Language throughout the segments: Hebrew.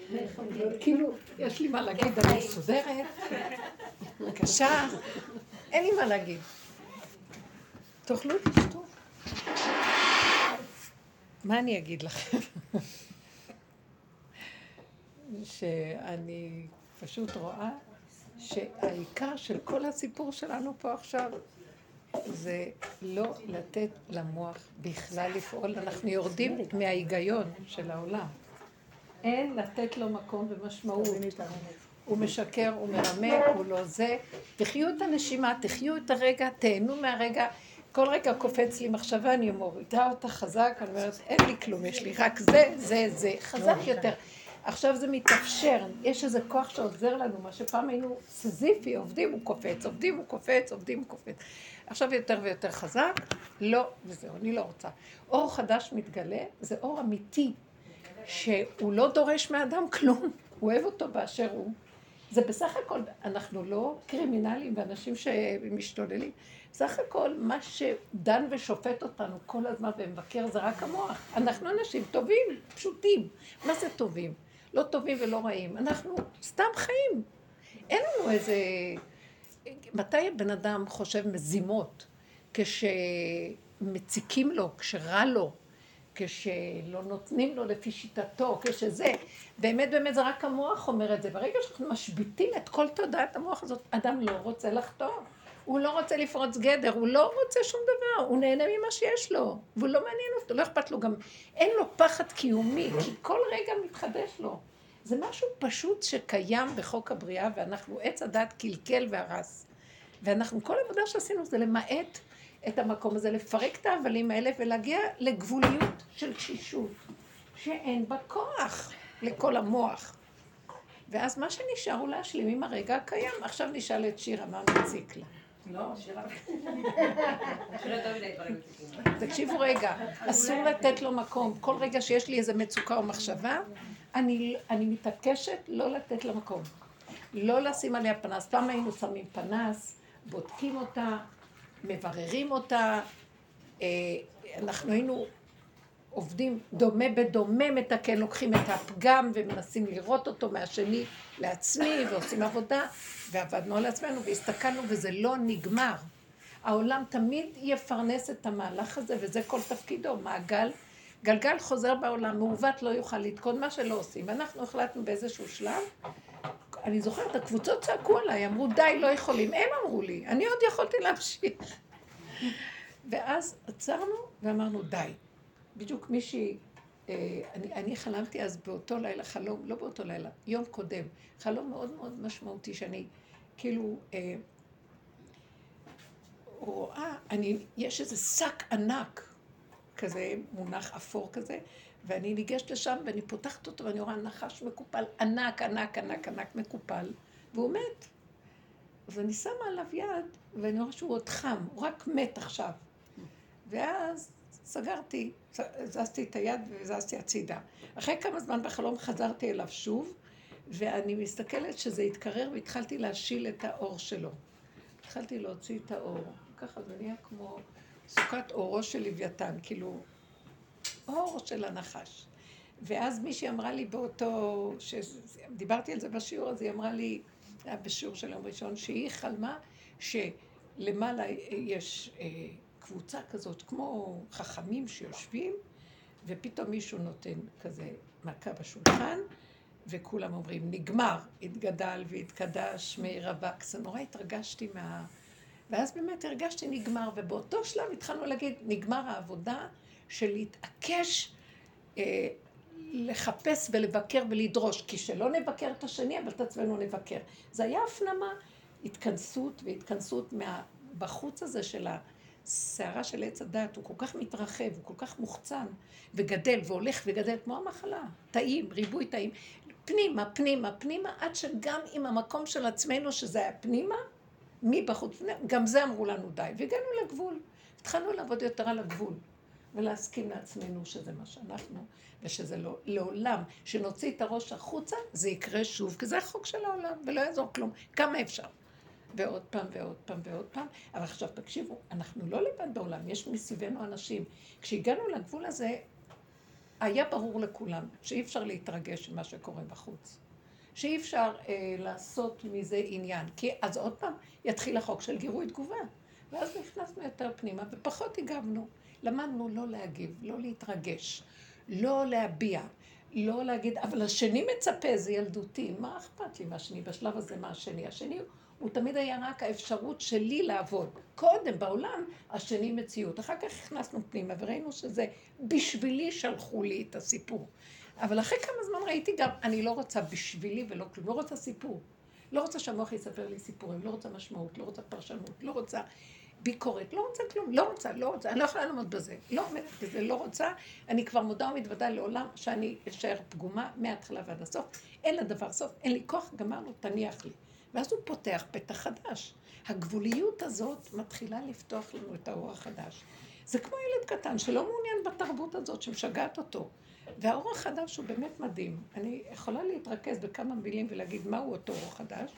כאילו, יש לי מה להגיד, אני מסודרת, בבקשה, אין לי מה להגיד. תאכלו, תשתו. מה אני אגיד לכם? שאני פשוט רואה שהעיקר של כל הסיפור שלנו פה עכשיו זה לא לתת למוח בכלל לפעול. אנחנו יורדים מההיגיון של העולם. אין לתת לו מקום ומשמעות. הוא משקר, הוא מרמה, הוא לא זה. תחיו את הנשימה, תחיו את הרגע, תהנו מהרגע. כל רגע קופץ לי מחשבה, אני מורידה אותה חזק, אני אומרת, אין לי כלום, יש לי רק זה, חזק יותר. עכשיו זה מתאפשר, יש איזה כוח שעוזר לנו, מה שפעם היינו סזיפי, עובדים הוא קופץ, עובדים הוא קופץ, עובדים הוא קופץ. עכשיו יותר ויותר חזק, לא, וזהו, אני לא רוצה. אור חדש מתגלה, זה אור אמיתי, שהוא לא דורש מאדם כלום, הוא אוהב אותו באשר הוא. זה בסך הכל, אנחנו לא קרימינלים ואנשים שמשתוללים, בסך הכל מה שדן ושופט אותנו כל הזמן ומבקר זה רק המוח. אנחנו אנשים טובים, פשוטים. מה זה טובים? לא טובים ולא רעים. אנחנו סתם חיים. אין לנו איזה... מתי בן אדם חושב מזימות? כשמציקים לו, כשרע לו, כשלא נותנים לו לפי שיטתו, כשזה, באמת זה רק המוח אומר את זה. ברגע שאנחנו משביטים את כל תודעת המוח הזאת, אדם לא רוצה לחתום, הוא לא רוצה לפרוץ גדר, הוא לא רוצה שום דבר, הוא נהנה ממה שיש לו, והוא לא מעניין אותו, לא אכפת לו, גם אין לו פחד קיומי, כי כל רגע מתחדש לו. זה משהו פשוט שקיים בחוק הבריאה, ואנחנו עץ הדת קלקל והרס. ואנחנו, כל העבודה שעשינו זה למעט את המקום הזה, לפרק את ההבלים האלה ולהגיע לגבוליות של תשישות, שאין בה כוח לכל המוח. ואז מה שנשאר הוא להשלים עם הרגע הקיים. עכשיו נשאל את שירה מה מציק לה. לא, שירה. תקשיבו רגע, אסור לתת לו מקום. כל רגע שיש לי איזו מצוקה או מחשבה, אני מתעקשת לא לתת לה מקום. לא לשים עליה פנס. פעם היינו שמים פנס, בודקים אותה, מבררים אותה, אנחנו היינו עובדים דומה בדומה מתקן, לוקחים את הפגם ומנסים לראות אותו מהשני לעצמי ועושים עבודה, ועבדנו על עצמנו והסתכלנו וזה לא נגמר. העולם תמיד יפרנס את המהלך הזה וזה כל תפקידו, מעגל, גלגל חוזר בעולם, מעוות לא יוכל לתקון מה שלא עושים. אנחנו החלטנו באיזשהו שלב, אני זוכרת, הקבוצות צעקו עליי, אמרו די, לא יכולים, הם אמרו לי, אני עוד יכולתי להמשיך. ואז עצרנו ואמרנו די. בדיוק מישהי, אני חלמתי אז באותו לילה, חלום, לא באותו לילה, יום קודם, חלום מאוד מאוד משמעותי שאני כאילו רואה, יש איזה שק ענק כזה, מונח אפור כזה, ואני ניגשת לשם ואני פותחת אותו ואני רואה נחש מקופל, ענק, ענק, ענק, ענק מקופל, והוא מת. ואני שמה עליו יד ואני רואה שהוא עוד חם, הוא רק מת עכשיו. ואז סגרתי, זזתי את היד וזזתי הצידה. אחרי כמה זמן בחלום חזרתי אליו שוב, ואני מסתכלת שזה התקרר והתחלתי להשיל את האור שלו. התחלתי להוציא את האור. ככה זה נהיה כמו סוכת אורו של לוויתן, כאילו אור של הנחש. ואז מישהי אמרה לי באותו, דיברתי על זה בשיעור, אז היא אמרה לי, בשיעור של יום ראשון, שהיא חלמה שלמעלה יש קבוצה כזאת, כמו חכמים שיושבים, ופתאום מישהו נותן כזה מכה בשולחן, וכולם אומרים, נגמר, התגדל והתקדש מאיר אבק. זה נורא התרגשתי ואז באמת הרגשתי נגמר, ובאותו שלב התחלנו להגיד, נגמר העבודה של להתעקש, לחפש ולבקר ולדרוש, כי שלא נבקר את השני, אבל את עצמנו נבקר. זה היה הפנמה, התכנסות בחוץ הזה של השערה של עץ הדת, הוא כל כך מתרחב, הוא כל כך מוחצן, וגדל והולך וגדל, כמו המחלה, תאים, ריבוי תאים, פנימה, פנימה, פנימה, עד שגם עם המקום של עצמנו, שזה היה פנימה, מבחוץ, גם זה אמרו לנו די, והגענו לגבול, התחלנו לעבוד יותר על הגבול, ולהסכים לעצמנו שזה מה שאנחנו, ושזה לא, לעולם, שנוציא את הראש החוצה, זה יקרה שוב, כי זה החוק של העולם, ולא יעזור כלום, כמה אפשר. ועוד פעם ועוד פעם ועוד פעם, אבל עכשיו תקשיבו, אנחנו לא לבד בעולם, יש מסביבנו אנשים. כשהגענו לגבול הזה, היה ברור לכולם שאי אפשר להתרגש ממה שקורה בחוץ. שאי אפשר לעשות מזה עניין. כי אז עוד פעם יתחיל החוק של גירוי תגובה. ואז נכנסנו יותר פנימה ופחות הגבנו. למדנו לא להגיב, לא להתרגש, לא להביע, לא להגיד, אבל השני מצפה, זה ילדותי. מה אכפת לי מהשני? בשלב הזה מה השני? השני הוא תמיד היה רק האפשרות שלי לעבוד. קודם בעולם השני מציאות. אחר כך הכנסנו פנימה וראינו שזה בשבילי שלחו לי את הסיפור. אבל אחרי כמה זמן ראיתי גם, אני לא רוצה בשבילי ולא כלום, לא רוצה סיפור. לא רוצה שהמוח יספר לי סיפורים, לא רוצה משמעות, לא רוצה פרשנות, לא רוצה ביקורת, לא רוצה כלום, לא רוצה, אני לא יכולה לעמוד בזה, לא עומדת בזה, לא רוצה, אני כבר מודה ומתוודה לעולם שאני אשאר פגומה מההתחלה ועד הסוף, אין לדבר סוף, אין לי כוח, גמרנו, תניח לי. ואז הוא פותח פתח חדש. הגבוליות הזאת מתחילה לפתוח לנו את האור החדש. זה כמו ילד קטן שלא מעוניין בתרבות הזאת שמשגעת אותו. והאור החדש הוא באמת מדהים. אני יכולה להתרכז בכמה מילים ולהגיד מהו אותו אור חדש.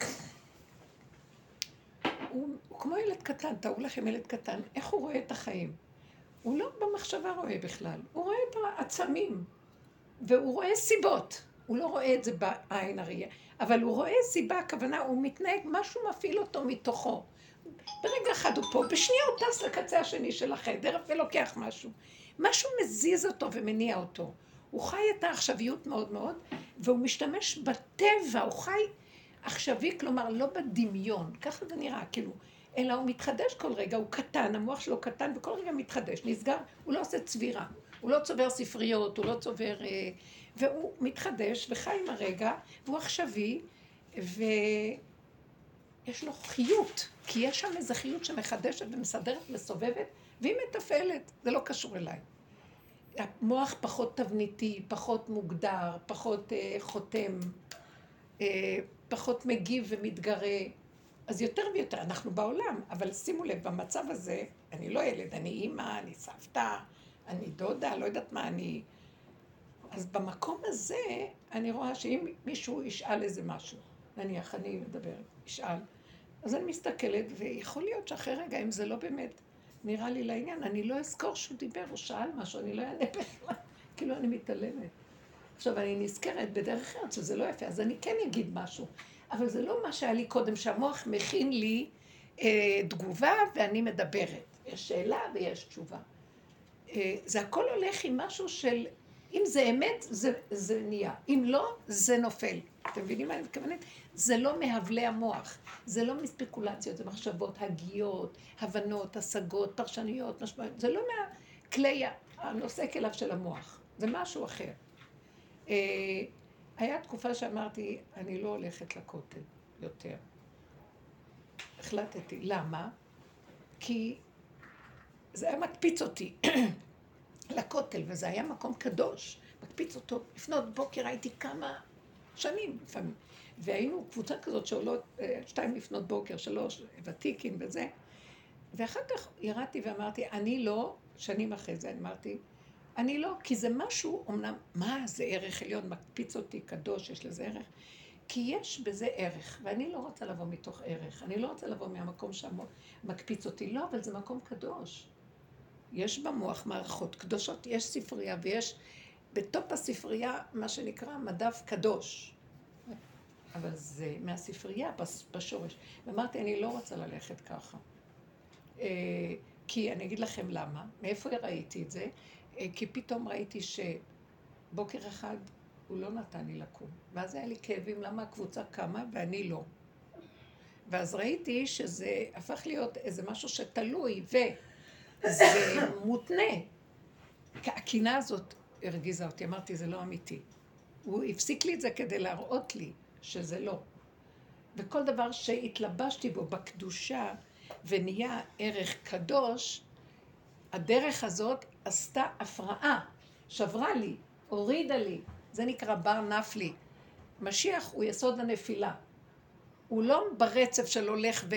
הוא כמו ילד קטן, תראו לכם ילד קטן, איך הוא רואה את החיים? הוא לא במחשבה רואה בכלל, הוא רואה את העצמים, והוא רואה סיבות. הוא לא רואה את זה בעין הראייה, אבל הוא רואה סיבה, הכוונה, הוא מתנהג, משהו מפעיל אותו מתוכו. ברגע אחד הוא פה, בשנייה הוא טס לקצה השני של החדר ולוקח משהו. משהו מזיז אותו ומניע אותו. הוא חי את העכשוויות מאוד מאוד, והוא משתמש בטבע, הוא חי עכשווי, כלומר לא בדמיון, ככה זה נראה, כאילו, אלא הוא מתחדש כל רגע, הוא קטן, המוח שלו קטן, וכל רגע מתחדש, נסגר, הוא לא עושה צבירה, הוא לא צובר ספריות, הוא לא צובר, והוא מתחדש וחי עם הרגע, והוא עכשווי, ויש לו חיות, כי יש שם איזו חיות שמחדשת ומסדרת, מסובבת, והיא מטפלת, זה לא קשור אליי. המוח פחות תבניתי, פחות מוגדר, פחות חותם, פחות מגיב ומתגרה, אז יותר ויותר, אנחנו בעולם, אבל שימו לב, במצב הזה, אני לא ילד, אני אימא, אני סבתא, אני דודה, לא יודעת מה אני. אז במקום הזה, אני רואה שאם מישהו ישאל איזה משהו, נניח, אני מדברת, ישאל, אז אני מסתכלת, ויכול להיות שאחרי רגע, אם זה לא באמת נראה לי לעניין, אני לא אזכור שהוא דיבר או שאל משהו, אני לא אענה בכלל, כאילו אני מתעלמת. עכשיו, אני נזכרת בדרך אחרת שזה לא יפה, אז אני כן אגיד משהו. אבל זה לא מה שהיה לי קודם, שהמוח מכין לי תגובה ואני מדברת. יש שאלה ויש תשובה. זה הכל הולך עם משהו של, אם זה אמת, זה נהיה. אם לא, זה נופל. אתם מבינים מה אני מתכוונת? זה לא מהבלי המוח. זה לא מספקולציות, זה מחשבות, הגיות, הבנות, השגות, פרשניות, משמעויות. זה לא מהכלי הנושא אליו של המוח. זה משהו אחר. היה תקופה שאמרתי, אני לא הולכת לכותל יותר. החלטתי. למה? כי זה היה מקפיץ אותי לכותל, וזה היה מקום קדוש. מקפיץ אותו. לפנות בוקר הייתי כמה שנים לפעמים. והיינו קבוצה כזאת שעולות 2 לפנות בוקר, 3 ותיקים וזה. ואחר כך ירדתי ואמרתי, אני לא, שנים אחרי זה אמרתי, אני לא, כי זה משהו, אמנם, מה זה ערך עליון, מקפיץ אותי, קדוש, יש לזה ערך? כי יש בזה ערך, ואני לא רוצה לבוא מתוך ערך, אני לא רוצה לבוא מהמקום שמקפיץ אותי, לא, אבל זה מקום קדוש. יש במוח מערכות קדושות, יש ספרייה, ויש בתוך הספרייה מה שנקרא מדף קדוש. אבל זה מהספרייה בשורש. ואמרתי, אני לא רוצה ללכת ככה. כי אני אגיד לכם למה, מאיפה ראיתי את זה? כי פתאום ראיתי שבוקר אחד הוא לא נתן לי לקום. ואז היה לי כאבים למה הקבוצה קמה ואני לא. ואז ראיתי שזה הפך להיות איזה משהו שתלוי וזה מותנה. הקינה הזאת הרגיזה אותי, אמרתי זה לא אמיתי. הוא הפסיק לי את זה כדי להראות לי שזה לא. וכל דבר שהתלבשתי בו בקדושה ונהיה ערך קדוש, הדרך הזאת עשתה הפרעה, שברה לי, הורידה לי, זה נקרא בר נפלי. משיח הוא יסוד הנפילה. הוא לא ברצף של הולך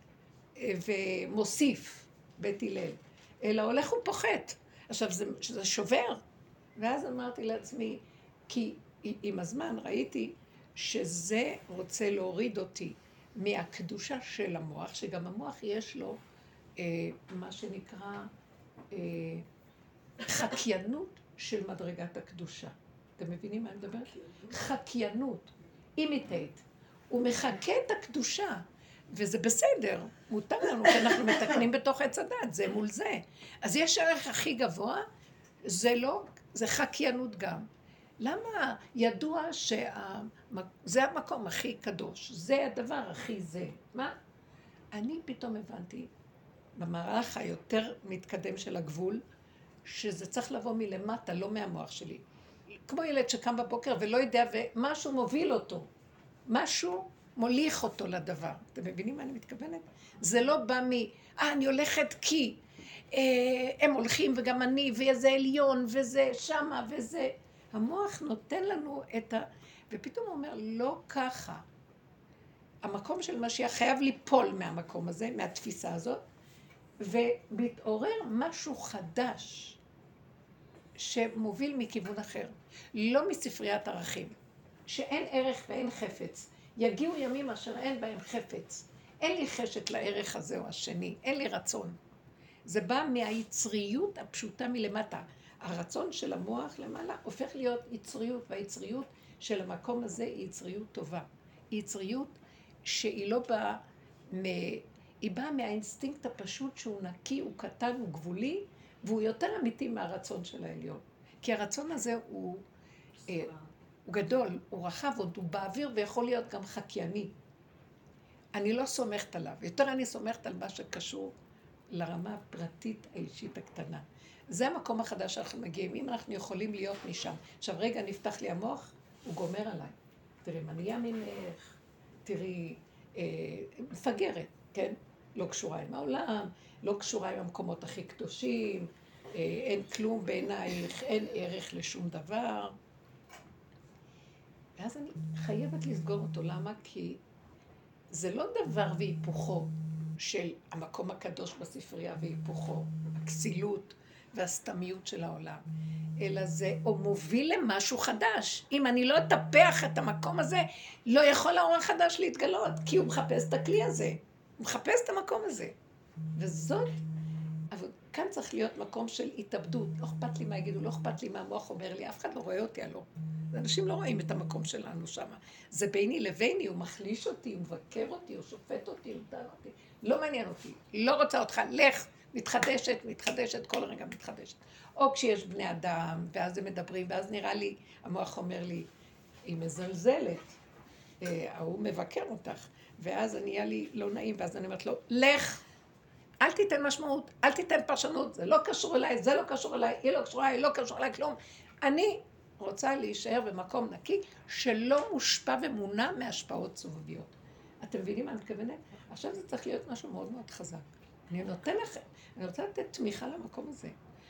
ומוסיף בית הלל, אלא הולך ופוחת. עכשיו זה שובר. ואז אמרתי לעצמי, כי עם הזמן ראיתי שזה רוצה להוריד אותי מהקדושה של המוח, שגם המוח יש לו מה שנקרא חקיינות של מדרגת הקדושה. אתם מבינים מה אני מדברת? חקיינות, אימיטייט. הוא מחכה את הקדושה, וזה בסדר, מותר לנו, כי אנחנו מתקנים בתוך עץ הדת, זה מול זה. אז יש ערך הכי גבוה, זה לא, זה חקיינות גם. למה ידוע שזה המקום הכי קדוש, זה הדבר הכי זה. מה? אני פתאום הבנתי, במערך היותר מתקדם של הגבול, שזה צריך לבוא מלמטה, לא מהמוח שלי. כמו ילד שקם בבוקר ולא יודע, ומשהו מוביל אותו. משהו מוליך אותו לדבר. אתם מבינים מה אני מתכוונת? זה לא בא אני הולכת כי הם הולכים וגם אני, וזה עליון, וזה שמה, וזה. המוח נותן לנו ופתאום הוא אומר, לא ככה. המקום של משיח חייב ליפול מהמקום הזה, מהתפיסה הזאת, ומתעורר משהו חדש שמוביל מכיוון אחר, לא מספריית ערכים, שאין ערך ואין חפץ. יגיעו ימים אשר אין בהם חפץ. אין לי חשק לערך הזה או השני, אין לי רצון. זה בא מהיצריות הפשוטה מלמטה. הרצון של המוח למעלה הופך להיות יצריות, והיצריות של המקום הזה היא יצריות טובה. היא יצריות שהיא לא באה היא באה מהאינסטינקט הפשוט שהוא נקי, הוא קטן, הוא גבולי, והוא יותר אמיתי מהרצון של העליון. כי הרצון הזה הוא גדול, הוא רחב, עוד הוא באוויר ויכול להיות גם חקייני. אני לא סומכת עליו, יותר אני סומכת על מה שקשור לרמה הפרטית האישית הקטנה. זה המקום החדש שאנחנו מגיעים, אם אנחנו יכולים להיות משם. עכשיו רגע נפתח לי המוח, הוא גומר עליי. תראי, מניעה ממך, תראי, מפגרת, כן? לא קשורה עם העולם, לא קשורה עם המקומות הכי קדושים, אין כלום בעינייך, אין ערך לשום דבר. ואז אני חייבת לסגור אותו, למה? כי זה לא דבר והיפוכו של המקום הקדוש בספרייה והיפוכו, הכסילות והסתמיות של העולם, אלא זה או מוביל למשהו חדש. אם אני לא אטפח את המקום הזה, לא יכול האור החדש להתגלות, כי הוא מחפש את הכלי הזה, הוא מחפש את המקום הזה. וזאת, אבל כאן צריך להיות מקום של התאבדות. לא אכפת לי מה יגידו, לא אכפת לי מה המוח אומר לי, אף אחד לא רואה אותי, הלא. אנשים לא רואים את המקום שלנו שם. זה ביני לביני, הוא מחליש אותי, הוא מבקר אותי, הוא שופט אותי, הוא דן אותי. לא מעניין אותי, לא רוצה אותך, לך, מתחדשת, כל רגע מתחדשת. או כשיש בני אדם, ואז הם מדברים, ואז נראה לי, המוח אומר לי, היא מזלזלת, הוא מבקר אותך, ואז נהיה לי לא נעים, ואז אני אומרת לו, לך, אל תיתן משמעות, אל תיתן פרשנות, זה לא קשור אליי, זה לא קשור אליי, היא לא קשורה, היא לא קשור אליי, כלום. אני רוצה להישאר במקום נקי, שלא מושפע ומונע מהשפעות סובביות. אתם מבינים מה אני מתכוונת? עכשיו זה צריך להיות משהו מאוד מאוד חזק. אני נותן לכם, אני רוצה לתת תמיכה למקום הזה.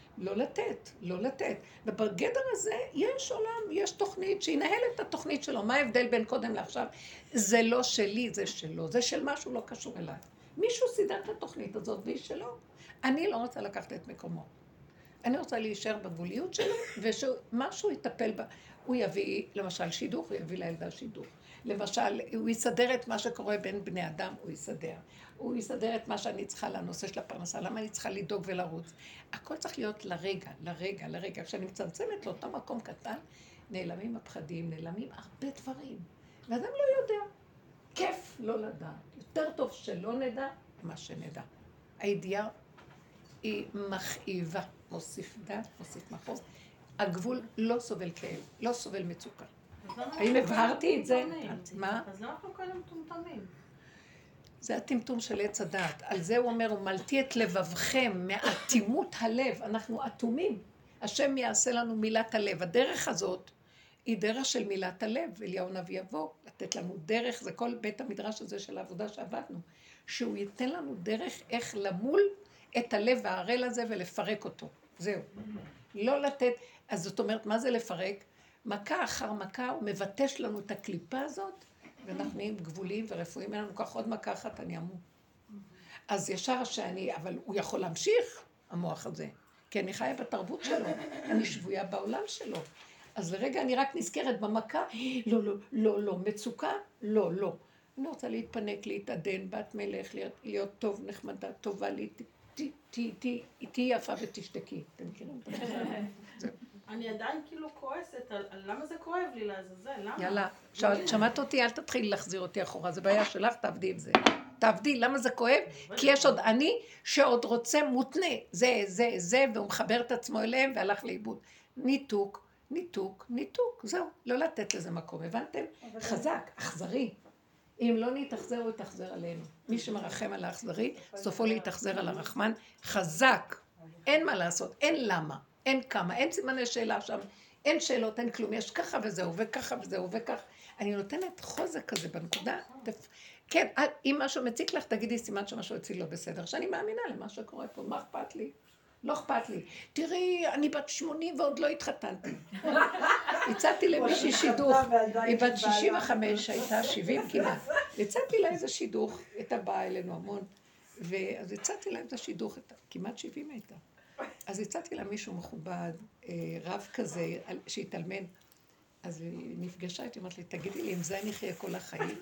לא לתת. ובגדר הזה יש עולם, יש תוכנית שינהל את התוכנית שלו. מה ההבדל בין קודם לעכשיו? זה לא שלי, זה שלו. זה של משהו לא קשור אליי. מישהו סידר את התוכנית הזאת והיא שלו. אני לא רוצה לקחת את מקומו. אני רוצה להישאר בגבוליות שלו, ושמשהו יטפל בה. הוא יביא, למשל, שידוך, הוא יביא לילדה שידוך. למשל, הוא יסדר את מה שקורה בין בני אדם, הוא יסדר. הוא יסדר את מה שאני צריכה לנושא של הפרנסה, למה אני צריכה לדאוג ולרוץ. הכל צריך להיות לרגע. כשאני מצמצמת לאותו מקום קטן, נעלמים הפחדים, נעלמים הרבה דברים. ואדם לא יודע. כיף לא לדעת. יותר טוב שלא נדע מה שנדע. הידיעה היא מכאיבה. מוסיף דת, מוסיף מחוז. הגבול לא סובל כאב, לא סובל מצוקה. האם הבהרתי את זה? מה? אז לא אנחנו כאלה מטומטמים. זה הטמטום של עץ הדעת. על זה הוא אומר, הוא מלטי את לבבכם מאטימות הלב. אנחנו אטומים. השם יעשה לנו מילת הלב. הדרך הזאת היא דרך של מילת הלב. אליהו נביא יבוא, לתת לנו דרך, זה כל בית המדרש הזה של העבודה שעבדנו, שהוא ייתן לנו דרך איך למול את הלב הערל הזה ולפרק אותו. זהו. לא לתת, אז זאת אומרת, מה זה לפרק? מכה אחר מכה, הוא מבטש לנו את הקליפה הזאת, ואנחנו נהיים גבוליים ורפואיים, אין לנו כך עוד מכה אחת, אני אמור. אז ישר שאני, אבל הוא יכול להמשיך, המוח הזה, כי אני חיה בתרבות שלו, אני שבויה בעולם שלו. אז לרגע אני רק נזכרת במכה, לא, מצוקה, לא. אני רוצה להתפנק, להתעדן, בת מלך, להיות טוב, נחמדה, טובה לי, תהי יפה ותשתקי. אתם מכירים? זהו. אני עדיין כאילו כועסת על למה זה כואב לי לעזאזל, למה? יאללה, שמעת אותי, אל תתחילי להחזיר אותי אחורה, זה בעיה שלך, תעבדי עם זה. תעבדי, למה זה כואב? כי יש עוד אני שעוד רוצה מותנה, זה, והוא מחבר את עצמו אליהם והלך לאיבוד. ניתוק, ניתוק, ניתוק, זהו, לא לתת לזה מקום, הבנתם? חזק, אכזרי. אם לא נתאכזר, הוא יתאכזר עלינו. מי שמרחם על האכזרי, סופו להתאכזר על הרחמן, חזק. אין מה לעשות, אין למה, אין כמה, אין סימני שאלה שם, אין שאלות, אין כלום, יש ככה וזהו, וככה וזהו, וכך. אני נותנת חוזק כזה בנקודה. כן, אם משהו מציק לך, תגידי סימן שמשהו אצלי לא בסדר, שאני מאמינה למה שקורה פה, מה אכפת לי? לא אכפת לי. תראי, אני בת 80 ועוד לא התחתנתי. הצעתי למישהי שידוך, היא בת 65, הייתה 70 כמעט. הצעתי לה איזה שידוך, הייתה באה אלינו המון, ואז הצעתי לה איזה שידוך, כמעט 70 הייתה. אז הצעתי לה מישהו מכובד, רב כזה, שהתאלמן. אז היא נפגשה איתי, אמרת לי, תגידי לי, עם זה אני אחיה כל החיים?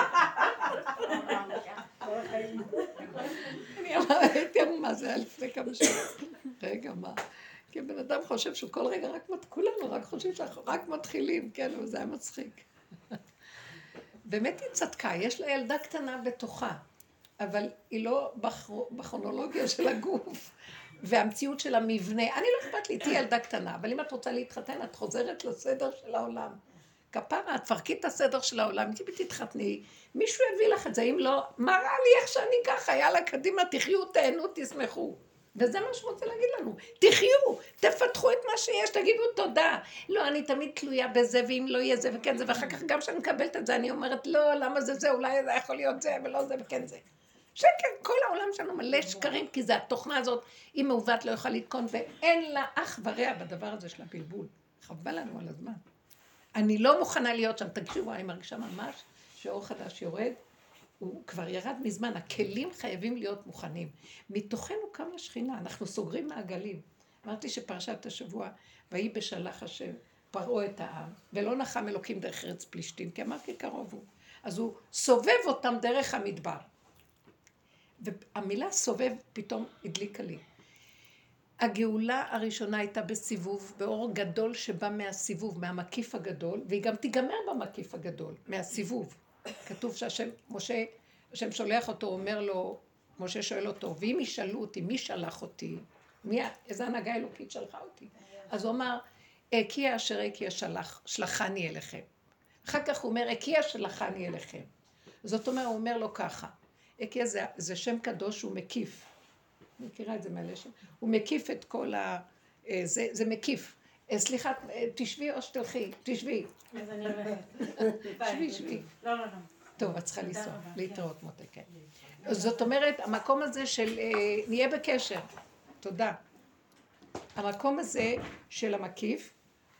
אני הייתי אמרה, זה היה לפני כמה שנים. רגע, מה? כי בן אדם חושב שכל רגע כולנו רק חושבים שאנחנו רק מתחילים, כן, אבל זה היה מצחיק. באמת היא צדקה, יש לה ילדה קטנה בתוכה, אבל היא לא בכרונולוגיה של הגוף. והמציאות של המבנה, אני לא אכפת לי, תהיה ילדה קטנה, אבל אם את רוצה להתחתן, את חוזרת לסדר של העולם. כפרה, תפרקי את הסדר של העולם, תתחתני, מישהו יביא לך את זה, אם לא, מה רע לי איך שאני ככה, יאללה, קדימה, תחיו, תהנו, תשמחו. וזה מה שרוצה להגיד לנו, תחיו, תפתחו את מה שיש, תגידו תודה. לא, אני תמיד תלויה בזה, ואם לא יהיה זה וכן זה, ואחר כך גם כשאני מקבלת את זה, אני אומרת, לא, למה זה, אולי זה יכול להיות זה, ולא זה וכן זה. שקר, כל העולם שלנו מלא שקרים, כי זה התוכנה הזאת, היא מעוות לא יכולה לתקון, ואין לה אח ורע בדבר הזה של הבלבול. חבל לנו על הזמן. אני לא מוכנה להיות שם, תקשיבו, אני מרגישה ממש שאור חדש יורד, הוא כבר ירד מזמן, הכלים חייבים להיות מוכנים. מתוכנו קמה שכינה, אנחנו סוגרים מעגלים. אמרתי שפרשת השבוע, ויהי בשלח השם, פרעו את העם, ולא נחם אלוקים דרך ארץ פלישתים, כי אמרתי קרוב הוא. אז הוא סובב אותם דרך המדבר. והמילה סובב פתאום הדליקה לי. הגאולה הראשונה הייתה בסיבוב, באור גדול שבא מהסיבוב, מהמקיף הגדול, והיא גם תיגמר במקיף הגדול, מהסיבוב. כתוב שהשם, משה, השם שולח אותו, אומר לו, משה שואל אותו, ואם ישאלו אותי, מי שלח אותי? איזה הנהגה אלוקית שלחה אותי? אז הוא אמר, אקיה אשר אקיה שלחני אליכם. אחר כך הוא אומר, אקיה שלחני אליכם. זאת אומרת, הוא אומר לו ככה, אקיה זה שם קדוש, הוא מקיף. אני מכירה את זה מהלשם. הוא מקיף את כל זה מקיף. סליחה, תשבי או שתלכי, תשבי. אז אני הולכת. שבי. לא. טוב, את צריכה לנסוע, להתראות מותק, כן. זאת אומרת, המקום הזה של, נהיה בקשר, תודה. המקום הזה של המקיף,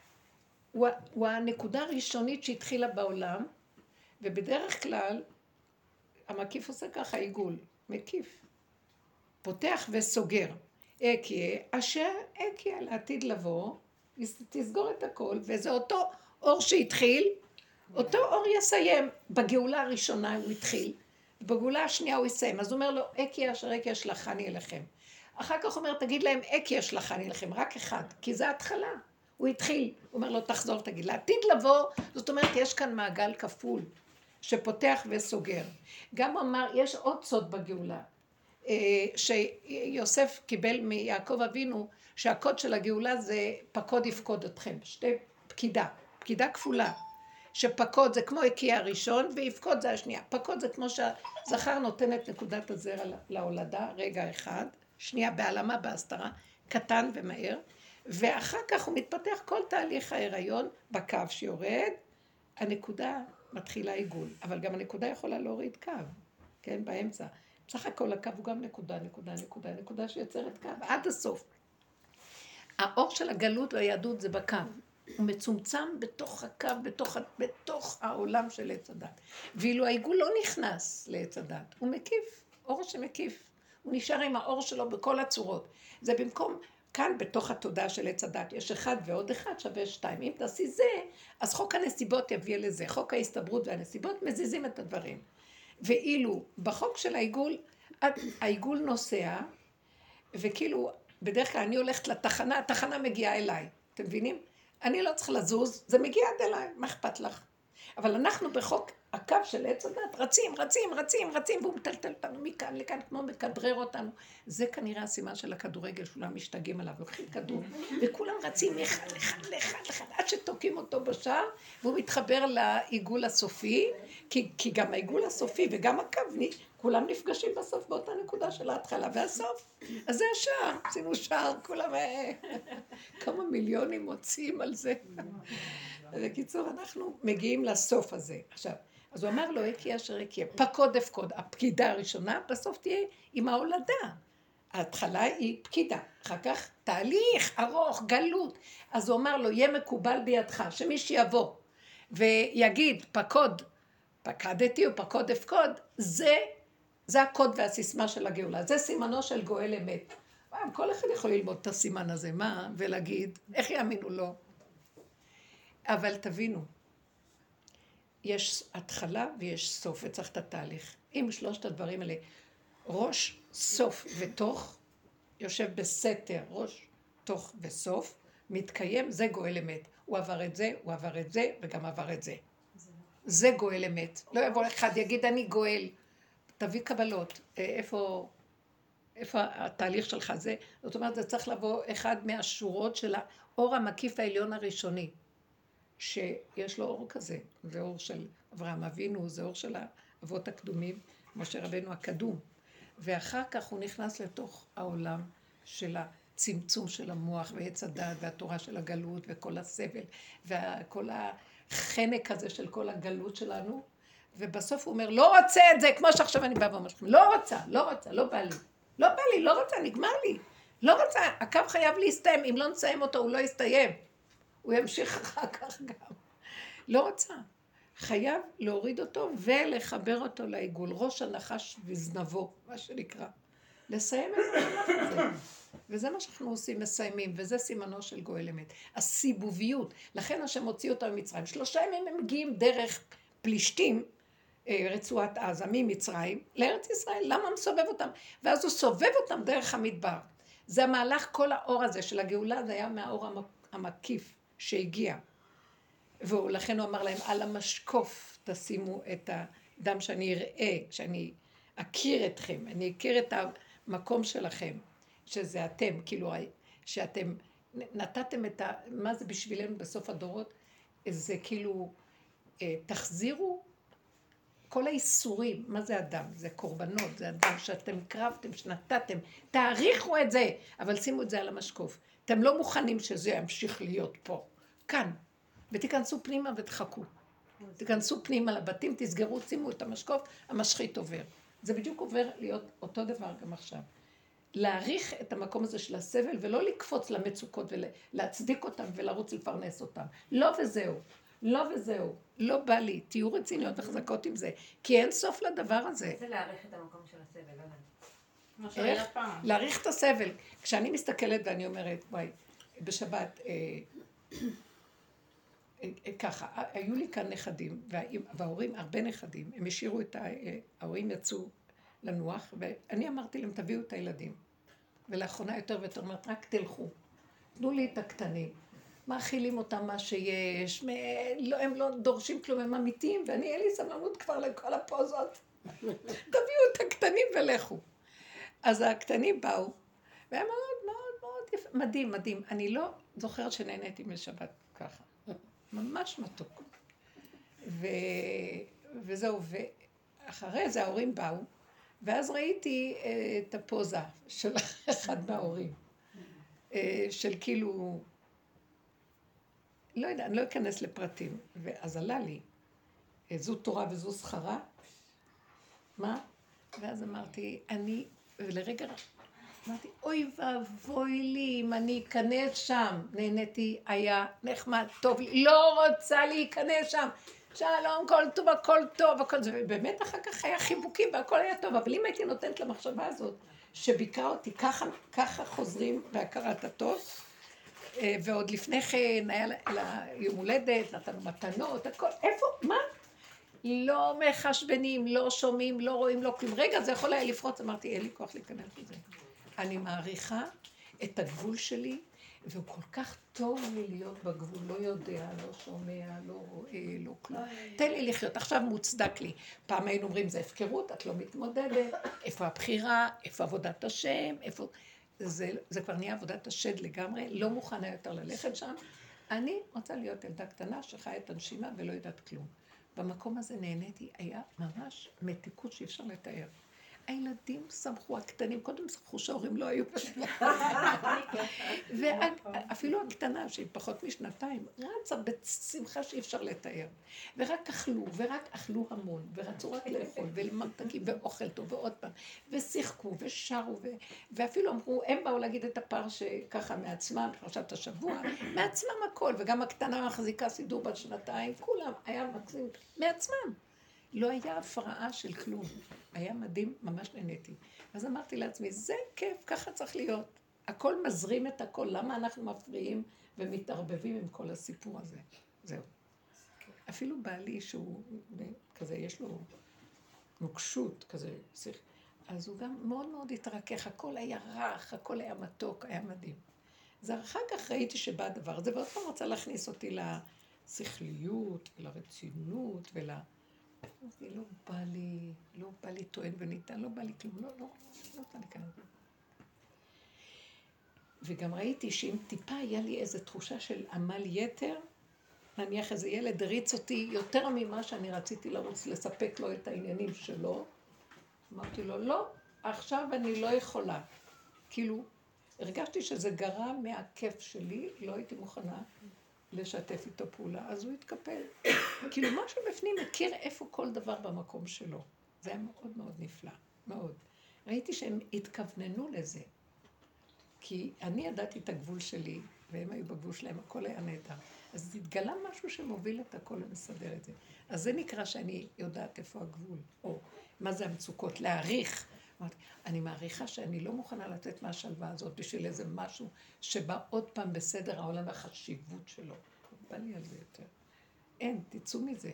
הוא הנקודה הראשונית שהתחילה בעולם, ובדרך כלל, המקיף עושה ככה עיגול, מקיף. פותח וסוגר. אקיה, אשר אקיה לעתיד לבוא, תסגור את הכל, וזה אותו אור שהתחיל, אותו אור יסיים. בגאולה הראשונה הוא התחיל, בגאולה השנייה הוא יסיים. אז הוא אומר לו, אקיה אשר אקיה שלחני אליכם. אחר כך הוא אומר, תגיד להם, אקיה שלחני אליכם, רק אחד, כי זה ההתחלה. הוא התחיל, הוא אומר לו, תחזור, תגיד, לעתיד לבוא, זאת אומרת, יש כאן מעגל כפול, שפותח וסוגר. גם הוא אמר, יש עוד סוד בגאולה. שיוסף קיבל מיעקב אבינו שהקוד של הגאולה זה פקוד יפקוד אתכם, שתי פקידה כפולה, שפקוד זה כמו הקיע הראשון ויפקוד זה השנייה. פקוד זה כמו שהזכר נותן את נקודת הזרע להולדה, רגע אחד, שנייה בהעלמה בהסתרה, קטן ומהר, ואחר כך הוא מתפתח כל תהליך ההיריון בקו שיורד, הנקודה מתחילה עיגול, אבל גם הנקודה יכולה להוריד קו, כן, באמצע. בסך הכל הקו הוא גם נקודה שיוצרת קו, עד הסוף. האור של הגלות והיהדות זה בקו. הוא מצומצם בתוך הקו, בתוך העולם של עץ הדת. ואילו העיגול לא נכנס לעץ הדת, הוא מקיף, אור שמקיף. הוא נשאר עם האור שלו בכל הצורות. זה במקום, כאן בתוך התודעה של עץ הדת, יש אחד ועוד אחד שווה 2. אם תעשי זה, אז חוק הנסיבות יביא לזה. חוק ההסתברות והנסיבות מזיזים את הדברים. ואילו בחוק של העיגול נוסע, וכאילו בדרך כלל אני הולכת לתחנה, התחנה מגיעה אליי. אתם מבינים? אני לא צריכה לזוז, זה מגיע עד אליי, מה אכפת לך? אבל אנחנו בחוק הקו של עץ הדת, רצים, והוא מטלטל אותנו מכאן לכאן, כמו מכדרר אותנו. זה כנראה הסימן של הכדורגל, שכולם משתגעים עליו, לוקחים כדור, וכולם רצים אחד, עד שתוקעים אותו בשער, והוא מתחבר לעיגול הסופי, כי גם העיגול הסופי וגם הקו, כולם נפגשים בסוף באותה נקודה של ההתחלה והסוף. אז זה השער, עשינו שער, כולם, כמה מיליונים מוצאים על זה. בקיצור, אנחנו מגיעים לסוף הזה. עכשיו, אז הוא אמר לו, אקי אשר אקי, פקוד אפקוד, הפקידה הראשונה, בסוף תהיה עם ההולדה. ההתחלה היא פקידה, אחר כך תהליך ארוך, גלות. אז הוא אמר לו, יהיה מקובל בידך, שמי שיבוא ויגיד, פקדתי או פקוד אפקוד, זה הקוד והסיסמה של הגאולה, זה סימנו של גואל אמת. כל אחד יכול ללמוד את הסימן הזה, מה? ולהגיד, איך יאמינו לו? אבל תבינו, יש התחלה ויש סוף, וצריך את התהליך. אם שלושת הדברים האלה, ראש, סוף ותוך, יושב בסתר, ראש, תוך וסוף, מתקיים, זה גואל אמת. הוא עבר את זה, הוא עבר את זה, וגם עבר את זה. זה גואל אמת. לא יבוא אחד, יגיד אני גואל, תביא קבלות, איפה התהליך שלך זה? זאת אומרת, זה צריך לבוא אחד מהשורות של האור המקיף העליון הראשוני. שיש לו אור כזה, זה אור של אברהם אבינו, זה אור של האבות הקדומים, משה רבנו הקדום. ואחר כך הוא נכנס לתוך העולם של הצמצום של המוח ועץ הדת והתורה של הגלות וכל הסבל וכל החנק הזה של כל הגלות שלנו. ובסוף הוא אומר, לא רוצה את זה, כמו שעכשיו אני באה ואומר לכם, לא רוצה, לא בא לי, לא רוצה, נגמר לי. לא רוצה, הקו חייב להסתיים, אם לא נסיים אותו הוא לא יסתיים. הוא ימשיך אחר כך גם. לא רוצה. חייב להוריד אותו ולחבר אותו לעיגול. ראש הנחש וזנבו, מה שנקרא. לסיים את זה. וזה מה שאנחנו עושים, מסיימים, וזה סימנו של גואל אמת. הסיבוביות. לכן השם הוציא אותם ממצרים. 3 ימים הם מגיעים דרך פלישתים, רצועת עזה, ממצרים, לארץ ישראל. למה מסובב אותם? ואז הוא סובב אותם דרך המדבר. זה המהלך, כל האור הזה של הגאולה, זה היה מהאור המקיף. שהגיע, ולכן הוא אמר להם, על המשקוף תשימו את הדם שאני אראה, שאני אכיר אתכם, אני אכיר את המקום שלכם, שזה אתם, כאילו, שאתם נתתם את מה זה בשבילנו בסוף הדורות, זה כאילו, תחזירו כל האיסורים, מה זה אדם? זה קורבנות, זה אדם שאתם קרבתם, שנתתם, תאריכו את זה, אבל שימו את זה על המשקוף. אתם לא מוכנים שזה ימשיך להיות פה, כאן, ותיכנסו פנימה ותחכו. תיכנסו פנימה לבתים, תסגרו, שימו את המשקוף, המשחית עובר. זה בדיוק עובר להיות אותו דבר גם עכשיו. להעריך את המקום הזה של הסבל, ולא לקפוץ למצוקות ולהצדיק אותם ולרוץ לפרנס אותם. לא וזהו, לא בא לי, תהיו רציניות וחזקות עם זה, כי אין סוף לדבר הזה. זה להעריך את המקום של הסבל, לא איך? להעריך את הסבל. כשאני מסתכלת ואני אומרת, וואי, בשבת, ככה, היו לי כאן נכדים, וההורים, הרבה נכדים, הם השאירו ההורים יצאו לנוח, ואני אמרתי להם, תביאו את הילדים. ולאחרונה יותר ויותר אומרת, רק תלכו, תנו לי את הקטנים, מאכילים אותם מה שיש, הם לא דורשים כלום, הם אמיתיים, ואני אין לי סבלנות כבר לכל הפוזות. תביאו את הקטנים ולכו. אז הקטנים באו, והם מאוד יפה, מדהים. אני לא זוכרת שנהניתי משבת ככה. ממש מתוק. וזהו, ואחרי זה ההורים באו, ואז ראיתי את הפוזה של אחד מההורים, של כאילו, לא יודע, אני לא אכנס לפרטים, ואז עלה לי, זו תורה וזו שכרה, מה? ואז אמרתי, ולרגע אמרתי, אוי ואבוי לי, אם אני אכנס שם, נהניתי, היה נחמד, טוב לי, לא רוצה להיכנס שם, שלום, הכל טוב, הכל זה, ובאמת אחר כך היה חיבוקים והכל היה טוב, אבל אם הייתי נותנת למחשבה הזאת, שביקרה אותי, ככה חוזרים בהכרת הטוב, ועוד לפני כן היה לה יום הולדת, נתנו מתנות, הכל, איפה, מה? לא מחשבנים, לא שומעים, לא רואים, לא כלום. רגע, זה יכול היה לפרוץ, אמרתי, אין לי כוח להיכנס לזה. אני מעריכה את הגבול שלי, והוא כל כך טוב לי להיות בגבול, לא יודע, לא שומע, לא רואה, לא כלום. תן לי לחיות, עכשיו מוצדק לי. פעם היינו אומרים, זה הפקרות, את לא מתמודדת, איפה הבחירה, איפה עבודת השם, איפה... זה כבר נהיה עבודת השד לגמרי, לא מוכנה יותר ללכת שם. אני רוצה להיות ילדה קטנה שחיה את הנשימה ולא יודעת כלום. במקום הזה נהניתי, היה ממש מתיקות שאי אפשר לתאר. הילדים שמחו, הקטנים, קודם שמחו שההורים לא היו בשביל. ואפילו הקטנה, שהיא פחות משנתיים, רצה בשמחה שאי אפשר לתאר. ורק אכלו המון, ורצו רק לאכול, ולממתקים, ואוכל טוב, ועוד פעם, ושיחקו, ושרו, ואפילו אמרו, הם באו להגיד את הפר שככה מעצמם, פרשת השבוע, מעצמם הכל, וגם הקטנה מחזיקה סידור בת שנתיים, כולם, היה מקסים, מעצמם. לא היה הפרעה של כלום. היה מדהים, ממש נהניתי. אז אמרתי לעצמי, זה כיף, ככה צריך להיות. הכל מזרים את הכל, למה אנחנו מפריעים ומתערבבים עם כל הסיפור הזה? זהו. אפילו בעלי שהוא כזה, יש לו נוקשות כזה, אז הוא גם מאוד מאוד התרכך, הכל היה רך, הכל היה מתוק, היה מדהים. אז אחר כך ראיתי שבא הדבר הזה, ועוד פעם רוצה להכניס אותי לשכליות ולרצינות אז לא בא לי טוען וניתן, לא בא לי כלום, לא בא לי כאן. וגם ראיתי שאם טיפה היה לי איזו תחושה של עמל יתר, נניח איזה ילד הריץ אותי יותר ממה שאני רציתי לרוץ לספק לו את העניינים שלו, אמרתי לו, לא, עכשיו אני לא יכולה. כאילו, הרגשתי שזה גרם מהכיף שלי, לא הייתי מוכנה לשתף איתו פעולה, אז הוא התקפל. כאילו משהו בפנים מכיר איפה כל דבר במקום שלו. זה היה מאוד מאוד נפלא, מאוד. ראיתי שהם התכווננו לזה. כי אני ידעתי את הגבול שלי, והם היו בגבול שלהם, הכל היה נהדר. אז התגלה משהו שמוביל את הכל ומסדר את זה. אז זה נקרא שאני יודעת איפה הגבול, או מה זה המצוקות, להעריך. אני מעריכה שאני לא מוכנה לתת מהשלווה הזאת בשביל איזה משהו שבא עוד פעם בסדר העולם והחשיבות שלו. בא לי על זה יותר. אין, תצאו מזה.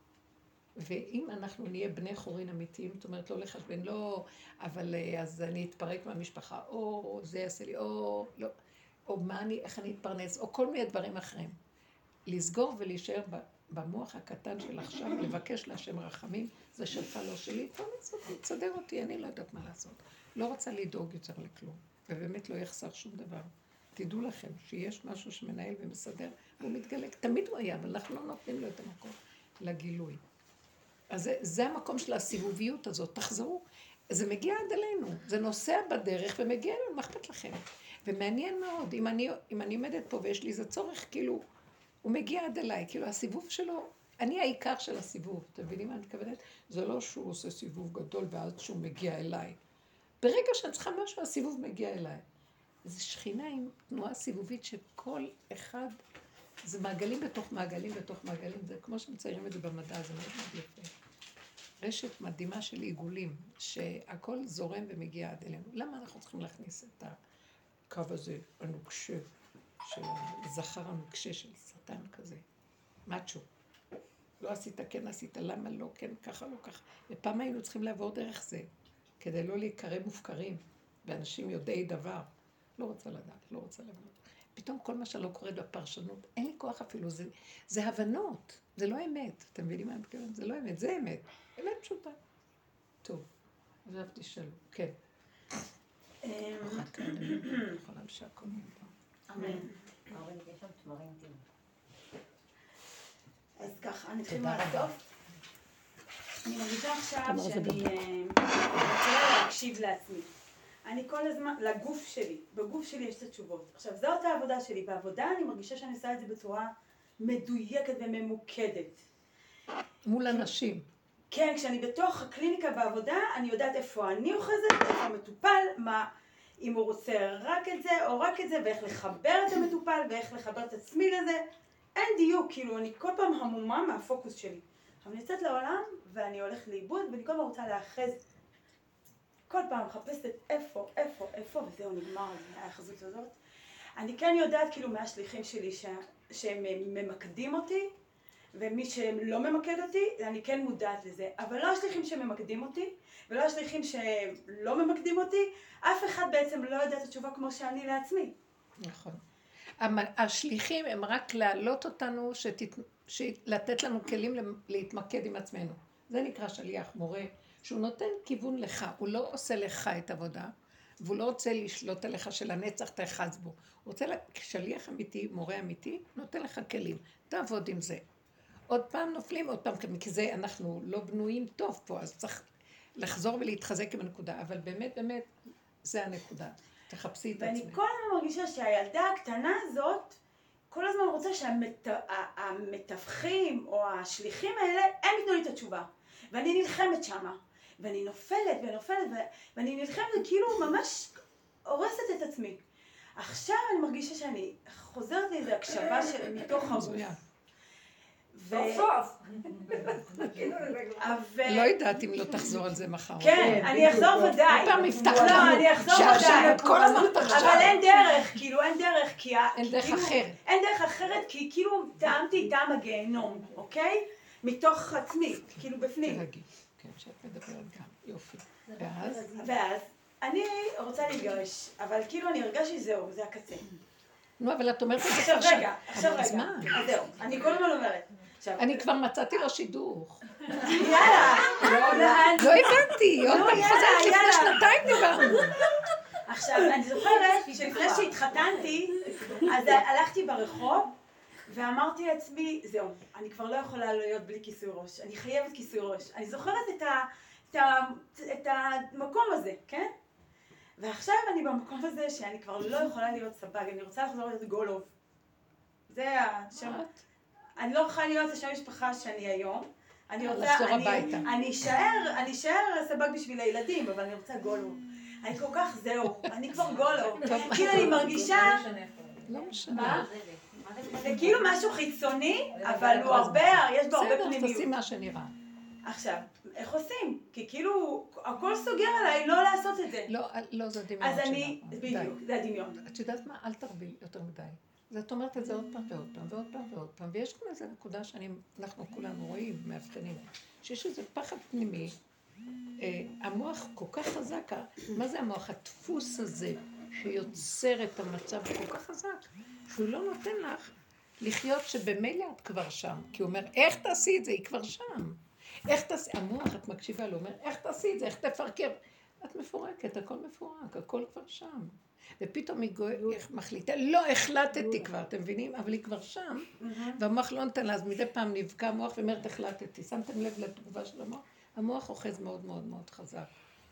ואם אנחנו נהיה בני חורין אמיתיים, זאת אומרת, לא לחשבן, לא, אבל אז אני אתפרק מהמשפחה, או זה יעשה לי, או לא, או איך אני אתפרנס, או כל מיני דברים אחרים. לסגור ולהישאר במוח הקטן של עכשיו, לבקש להשם רחמים, זה שלך לא שלי, תפרנס אותי, תסדר אותי, אני לא יודעת מה לעשות. לא רוצה לדאוג יותר לכלום, ובאמת לא יחסר שום דבר. תדעו לכם שיש משהו שמנהל ומסדר, והוא מתגלה, תמיד הוא היה, אבל אנחנו לא נותנים לו את המקום לגילוי. אז זה המקום של הסיבוביות הזאת, תחזרו. זה מגיע עד אלינו, זה נוסע בדרך ומגיע אלינו, מה אכפת לכם? ומעניין מאוד, אם אני עומדת פה ויש לי איזה צורך, כאילו, הוא מגיע עד אליי, כאילו הסיבוב שלו, אני העיקר של הסיבוב, אתם מבינים מה אני מתכוונת? זה לא שהוא עושה סיבוב גדול ואז שהוא מגיע אליי. ברגע שאני צריכה משהו, הסיבוב מגיע אליי. זו שכינה עם תנועה סיבובית שכל אחד, זה מעגלים בתוך מעגלים בתוך מעגלים, זה כמו שמציירים את זה במדע, זה מאוד מאוד יפה. רשת מדהימה של עיגולים, שהכל זורם ומגיע עד אלינו. למה אנחנו צריכים להכניס את הקו הזה הנוקשה, של הזכר הנוקשה של שטן כזה? מאצ'ו. לא עשית, כן עשית, למה לא, כן, ככה, לא ככה. ופעם היינו צריכים לעבור דרך זה, כדי לא להיקרא מופקרים, ואנשים יודעי דבר. לא רוצה לדעת, לא רוצה לבנות. פתאום כל מה שלא קורה בפרשנות, אין לי כוח אפילו, זה הבנות, זה לא אמת. אתם מבינים מה אני מתכוונת? זה לא אמת, זה אמת. אמת פשוטה. טוב, עכשיו תשאלו, כן. אחת כאלה, אני יכולה שהכל נדבר. אמן. אבל יש שם תמרים טבעי. אז ככה, אני אתחיל מהסוף. אני מרגישה עכשיו שאני רוצה להקשיב לעצמי. אני כל הזמן, לגוף שלי, בגוף שלי יש את התשובות. עכשיו, זאת העבודה שלי. בעבודה אני מרגישה שאני עושה את זה בצורה מדויקת וממוקדת. מול אנשים. כן, כשאני בתוך הקליניקה בעבודה, אני יודעת איפה אני אוחזת, איפה המטופל, מה, אם הוא רוצה רק את זה או רק את זה, ואיך לחבר את המטופל, ואיך לחבר את עצמי לזה. אין דיוק, כאילו, אני כל פעם המומה מהפוקוס שלי. אבל אני יוצאת לעולם, ואני הולכת לאיבוד, ואני כל פעם רוצה לאחז. כל פעם מחפשת איפה, וזהו נגמר, ההאחזות הזאת. אני כן יודעת, כאילו, מהשליחים שלי שהם ממקדים אותי, ומי שלא ממקד אותי, אני כן מודעת לזה. אבל לא השליחים שממקדים אותי, ולא השליחים שלא ממקדים אותי, אף אחד בעצם לא יודע את התשובה כמו שאני לעצמי. נכון. השליחים הם רק להעלות אותנו, לתת לנו כלים להתמקד עם עצמנו. זה נקרא שליח, מורה, שהוא נותן כיוון לך, הוא לא עושה לך את עבודה, והוא לא רוצה לשלוט עליך של הנצח תאחז בו. הוא רוצה, שליח אמיתי, מורה אמיתי, נותן לך כלים, תעבוד עם זה. עוד פעם נופלים, עוד פעם, כי זה אנחנו לא בנויים טוב פה, אז צריך לחזור ולהתחזק עם הנקודה, אבל באמת, באמת, זה הנקודה. תחפשי את עצמך. ואני כל הזמן מרגישה שהילדה הקטנה הזאת, כל הזמן רוצה שהמתווכים או השליחים האלה, הם ייתנו לי את התשובה. ואני נלחמת שמה, ואני נופלת ואני נלחמת וכאילו ממש הורסת את עצמי. עכשיו אני מרגישה שאני חוזרת לאיזו הקשבה מתוך הגוף. סוף. לא יודעת אם לא תחזור על זה מחר. כן, אני אחזור ודאי. פעם הבטחת לא, לנו אני אחזור שעכשיו את ודאי. כל הזמן תחשב. אבל אין דרך, כאילו אין דרך, כי... אין דרך אחרת. אין דרך אחרת, כי כאילו טעמתי טעם הגיהנום, אוקיי? מתוך עצמי, כאילו בפנים. תרגי, כן, שאת מדברת גם, יופי. ואז אני רוצה להתגרש, אבל כאילו אני הרגשתי זהו, זה הקצה. נו, אבל את אומרת את זה עכשיו רגע. אז מה? זהו, אני כל הזמן אומרת. אני כבר מצאתי לו שידוך. יאללה. לא הבנתי, עוד פעם חוזרת לפני שנתיים דיברנו. עכשיו, אני זוכרת שלפני שהתחתנתי, אז הלכתי ברחוב, ואמרתי לעצמי, זהו, אני כבר לא יכולה להיות בלי כיסוי ראש, אני חייבת כיסוי ראש. אני זוכרת את המקום הזה, כן? ועכשיו אני במקום הזה שאני כבר לא יכולה להיות סבג, אני רוצה לחזור להיות גולוב. זה השם. אני לא יכולה להיות השם משפחה שאני היום. אני רוצה, אני אשאר סבג בשביל הילדים, אבל אני רוצה גולוב. אני כל כך זהו, אני כבר גולוב. כאילו אני מרגישה... לא משנה. זה כאילו משהו חיצוני, אבל הוא הרבה, יש בו הרבה פנימיות. בסדר, תעשי מה שנראה. עכשיו, איך עושים? כי כאילו, הכל סוגר עליי לא לעשות את זה. לא, זה הדמיון שלנו. אז אני, בדיוק, זה הדמיון. את יודעת מה? אל תרבי יותר מדי. זאת אומרת את זה עוד פעם ועוד פעם ועוד פעם ועוד פעם, ויש כאן איזו נקודה שאנחנו כולנו רואים, מאבחנים, שיש איזה פחד פנימי, המוח כל כך חזק, מה זה המוח? הדפוס הזה שיוצר את המצב כל כך חזק, שהוא לא נותן לך לחיות שבמילא את כבר שם, כי הוא אומר, איך תעשי את זה? היא כבר שם. איך תעשי? המוח, את מקשיבה לו, אומר, איך תעשי את זה? איך תפרקי? את מפורקת, הכל מפורק, הכל כבר שם. ופתאום היא מחליטה, לא החלטתי כבר, אתם מבינים? אבל היא כבר שם, והמוח לא נותן לה, אז מדי פעם נבקע המוח ואומרת, החלטתי. שמתם לב לתגובה של המוח? המוח אוחז מאוד מאוד מאוד חזק.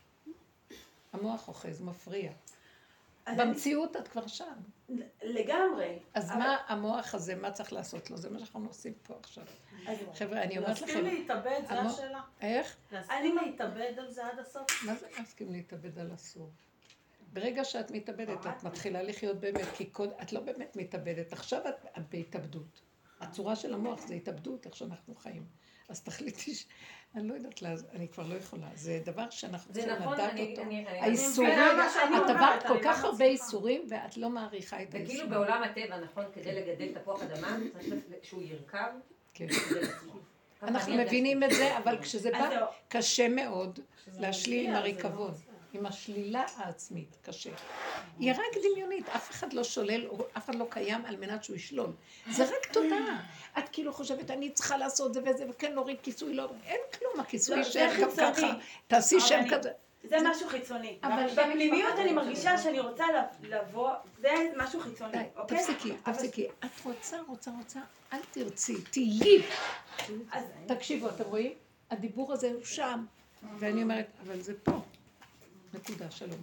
המוח אוחז, מפריע. במציאות את כבר שם. לגמרי. אז מה המוח הזה, מה צריך לעשות לו? זה מה שאנחנו עושים פה עכשיו. חבר'ה, אני אומרת לכם... להסכים להתאבד, זה השאלה. איך? להסכים להתאבד על זה עד הסוף? מה זה להסכים להתאבד על הסוף? ברגע שאת מתאבדת, את מתחילה לחיות באמת, כי את לא באמת מתאבדת, עכשיו את בהתאבדות. הצורה של המוח זה התאבדות, איך שאנחנו חיים. אז תחליטי אני לא יודעת, אני כבר לא יכולה. זה דבר שאנחנו צריכים לדעת אותו. האיסורים, את עברת כל כך הרבה איסורים, ואת לא מעריכה את האיסורים. זה כאילו בעולם הטבע, נכון? כדי לגדל תפוח אדמה, צריך שהוא ירכב. כן. אנחנו מבינים את זה, אבל כשזה בא, קשה מאוד להשליל עם הריקבון. עם השלילה העצמית, קשה. היא רק דמיונית, אף אחד לא שולל, אף אחד לא קיים על מנת שהוא ישלול. זה רק תודעה. את כאילו חושבת, אני צריכה לעשות זה וזה, וכן נוריד כיסוי, לא, אין כלום, הכיסוי יישאר גם ככה. תעשי שם כזה. זה משהו חיצוני. בפנימיות אני מרגישה שאני רוצה לבוא, זה משהו חיצוני, אוקיי? תפסיקי. את רוצה, אל תרצי, תהיי. תקשיבו, אתם רואים? הדיבור הזה הוא שם. ואני אומרת, אבל זה פה. נקודה, שלום,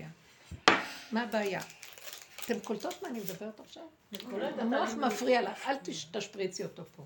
מה הבעיה? אתם קולטות מה אני מדברת עכשיו? המוח מפריע לך, אל תשפריצי אותו פה.